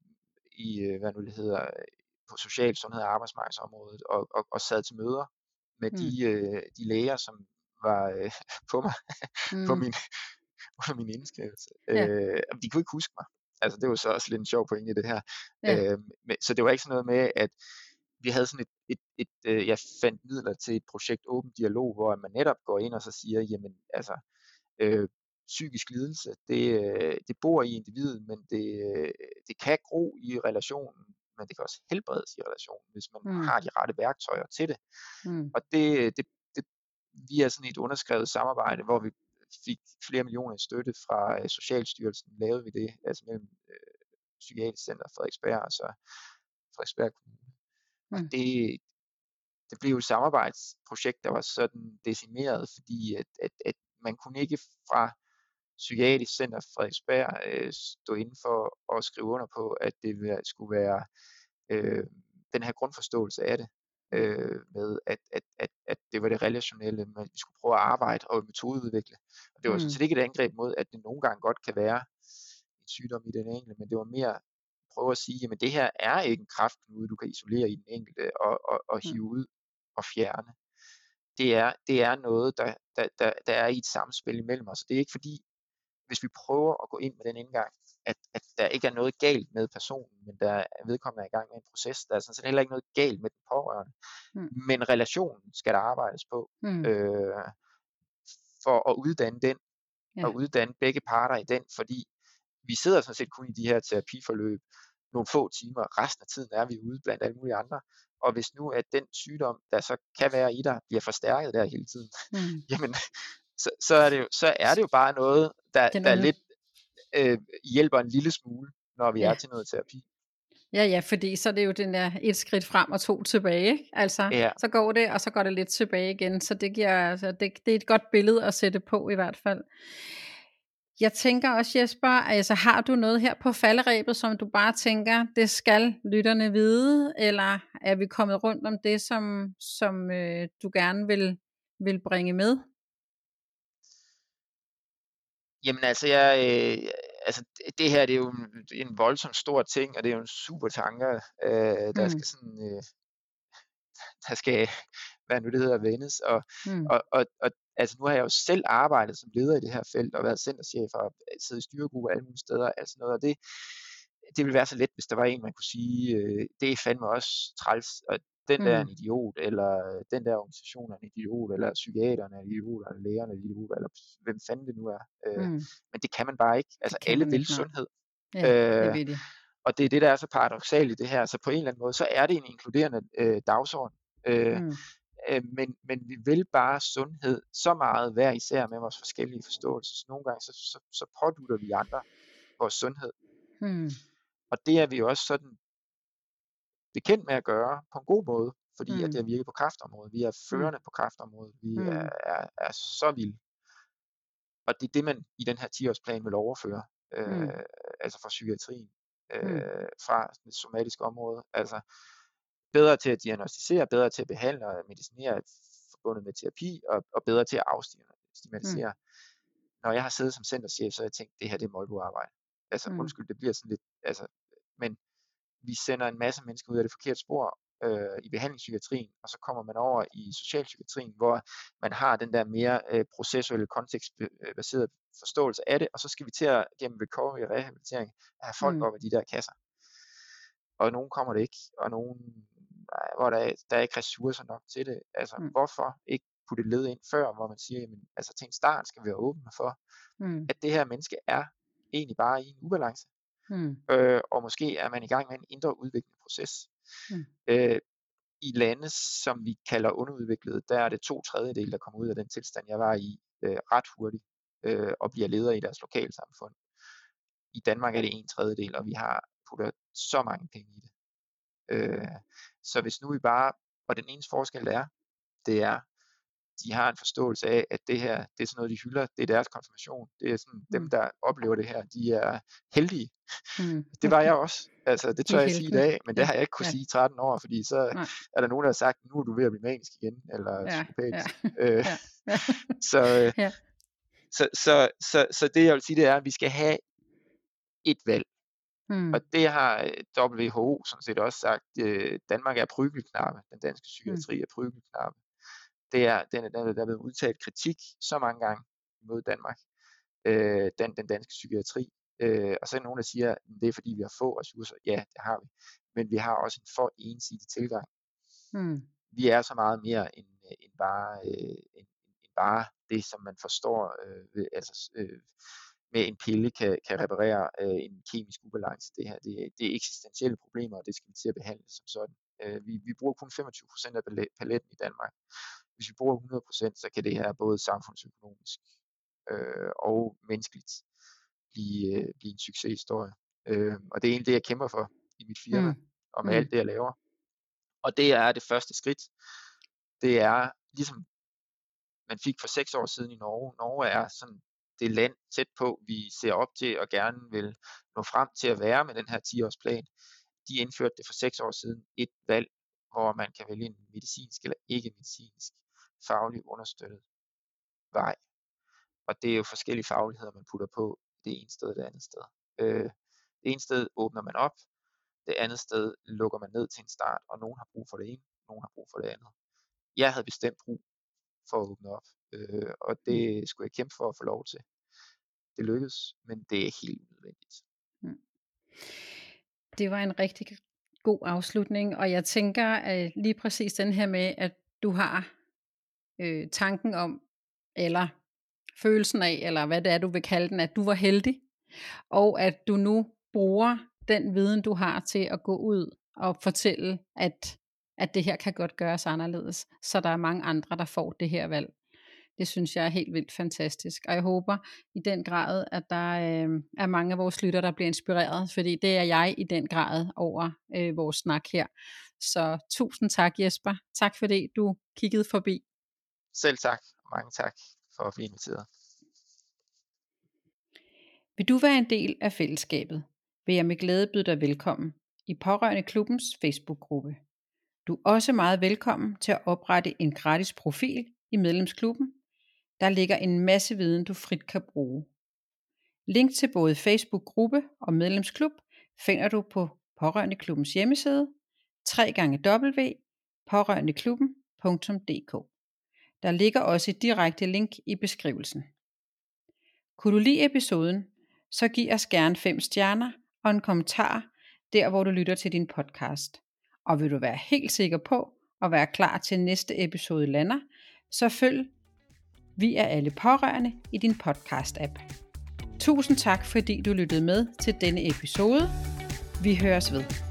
på social sundhed og arbejdsmarkedsområdet, og sad til møder med de læger, som var på mig, på min indskrivelse. De kunne ikke huske mig. Altså det var så også lidt en sjov pointe i det her. Så det var ikke sådan noget med, at vi havde sådan jeg fandt midler til et projekt Åben Dialog, hvor man netop går ind og så siger, jamen altså, psykisk lidelse, det bor i individet, men det kan gro i relationen, men det kan også helbredes i relationen, hvis man har de rette værktøjer til det. Og vi er sådan et underskrevet samarbejde, hvor vi fik flere millioner i støtte fra Socialstyrelsen, lavede vi det, altså mellem Psykiatrisk Center Frederiksberg og så Frederiksberg Kommune. Og det blev jo et samarbejdsprojekt, der var sådan decimeret, fordi at man kunne ikke fra Psykiatrisk Center Frederiksberg stå inden for at skrive under på, at det skulle være den her grundforståelse af det, med at det var det relationelle, men vi skulle prøve at arbejde og metodeudvikle. Og det var sådan set ikke et angreb mod, at det nogle gange godt kan være en sygdom i den enkelte, men det var mere prøve at sige, jamen det her er ikke en kræftknude, du kan isolere i den enkelte og hive ud og fjerne. Det er noget, der er i et samspil imellem os. Det er ikke fordi, hvis vi prøver at gå ind med den indgang, at der ikke er noget galt med personen, men der er vedkommende i gang med en proces. Der er sådan set heller ikke noget galt med den pårørende. Men relationen skal der arbejdes på, for at uddanne den, og uddanne begge parter i den, fordi vi sidder sådan set kun i de her terapiforløb nogle få timer, resten af tiden er vi ude blandt alle mulige andre, og hvis nu at den sygdom, der så kan være i dig, bliver forstærket der hele tiden, jamen, så er det jo bare noget, der lidt hjælper en lille smule, når vi er til noget terapi. Ja, fordi så er det jo den der et skridt frem og to tilbage, ikke? Altså, så går det, og så går det lidt tilbage igen, så det giver, altså, det er et godt billede at sætte på i hvert fald. Jeg tænker også, Jesper, altså har du noget her på falderebet, som du bare tænker, det skal lytterne vide, eller er vi kommet rundt om det, som du gerne vil bringe med? Jamen altså, det her det er jo en voldsom stor ting, og det er jo en super tanke, der skal sådan, der skal, hvad nu det hedder, vendes, og altså nu har jeg jo selv arbejdet som leder i det her felt, og været centerchef og siddet i styregruppe alle mulige steder, altså noget, og det ville være så let, hvis der var en, man kunne sige, det er fandme også træls, og den der er en idiot, eller den der organisation er en idiot, eller psykiaterne er en idiot, eller lægerne er en idiot, eller hvem fanden det nu er. Men det kan man bare ikke. Altså alle vil sundhed. Det vil de. Og det er det, der er så paradoksalt i det her. Så på en eller anden måde, så er det en inkluderende dagsorden. Men vi vil bare sundhed så meget hver især med vores forskellige forståelser. Så nogle gange, så pådutter vi andre vores sundhed. Og det er vi jo også sådan bekendt med at gøre på en god måde, fordi at det har virket på kræftområdet. Vi er førende på kræftområdet. Vi er så vilde. Og det er det, man i den her 10-årsplan vil overføre, altså fra psykiatrien, fra det somatiske område. Altså bedre til at diagnostisere, bedre til at behandle og medicinere forbundet med terapi, og bedre til at afstigmatisere. Når jeg har siddet som centerchef, så har jeg tænkt, det her det er molboarbejde. Altså undskyld, det bliver sådan lidt, altså, men vi sender en masse mennesker ud af det forkerte spor i behandlingspsykiatrien, og så kommer man over i socialpsykiatrien, hvor man har den der mere processuelle, kontekstbaserede forståelse af det, og så skal vi til at gennem recovery og rehabilitering have folk op af de der kasser. Og nogen kommer det ikke, og nogen, hvor der er ikke ressourcer nok til det. Altså, hvorfor ikke putte et led ind før, hvor man siger, jamen, altså til en start skal vi være åbne for, at det her menneske er egentlig bare i en ubalance. Og måske er man i gang med en indre udviklende proces. I lande, som vi kalder underudviklede, der er det 2/3, der kommer ud af den tilstand, jeg var i, ret hurtigt, og bliver leder i deres lokalsamfund. I Danmark er det 1/3, og vi har puttet så mange penge i det. Så hvis nu vi bare, og den eneste forskel det er, de har en forståelse af, at det her, det er sådan noget, de hylder, det er deres konfirmation, det er sådan, dem, der oplever det her, de er heldige. Det var jeg også, altså det tør jeg sige i dag, men det har jeg ikke kunne sige i 13 år, fordi så er der nogen, der har sagt, nu er du ved at blive manisk igen, eller psykopatisk. Så det jeg vil sige, det er, at vi skal have et valg. Og det har WHO sådan set også sagt, Danmark er prygelknappe, den danske psykiatri er prygelknappe. Der er blevet udtalt kritik så mange gange mod Danmark, den danske psykiatri. Og så er der nogen, der siger, at det er fordi vi har få ressourcer. Ja, det har vi. Men vi har også en for ensidig tilgang. Vi er så meget mere end bare det, som man forstår, med en pille kan reparere en kemisk ubalance. Det her, det er eksistentielle problemer, og det skal vi til at behandle som sådan. Vi bruger kun 25% af paletten i Danmark. Hvis vi bruger 100%, så kan det her både samfundsøkonomisk og menneskeligt blive en succeshistorie. Og det er egentlig det, jeg kæmper for i mit firma, og med alt det, jeg laver. Og det er det første skridt. Det er ligesom man fik for 6 år siden i Norge. Norge er sådan det land tæt på, vi ser op til og gerne vil nå frem til at være med den her 10-årsplan. De indførte det for 6 år siden, et valg, hvor man kan vælge en medicinsk eller ikke medicinsk fagligt understøttet vej. Og det er jo forskellige fagligheder, man putter på det ene sted og det andet sted. Det ene sted åbner man op, det andet sted lukker man ned til en start, og nogen har brug for det ene, nogen har brug for det andet. Jeg havde bestemt brug for at åbne op, og det skulle jeg kæmpe for at få lov til. Det lykkedes, men det er helt nødvendigt. Det var en rigtig god afslutning, og jeg tænker at lige præcis den her med, at du har tanken om, eller følelsen af, eller hvad det er, du vil kalde den, at du var heldig, og at du nu bruger den viden, du har til at gå ud og fortælle, at det her kan godt gøres anderledes, så der er mange andre, der får det her valg. Det synes jeg er helt vildt fantastisk, og jeg håber i den grad, at der er mange af vores lyttere, der bliver inspireret, fordi det er jeg i den grad over vores snak her. Så tusind tak, Jesper. Tak fordi du kiggede forbi. Selv tak, og mange tak for at blive inviteret. Vil du være en del af fællesskabet, vil jeg med glæde byde dig velkommen i Pårørende Klubbens Facebook-gruppe. Du er også meget velkommen til at oprette en gratis profil i medlemsklubben. Der ligger en masse viden, du frit kan bruge. Link til både Facebook-gruppe og medlemsklub finder du på Pårørende Klubbens hjemmeside www.pårørendeklubben.dk. Der ligger også et direkte link i beskrivelsen. Kunne du lide episoden, så giv os gerne 5 stjerner og en kommentar der, hvor du lytter til din podcast. Og vil du være helt sikker på at være klar til næste episode lander, så følg Vi er alle pårørende i din podcast-app. Tusind tak, fordi du lyttede med til denne episode. Vi høres ved.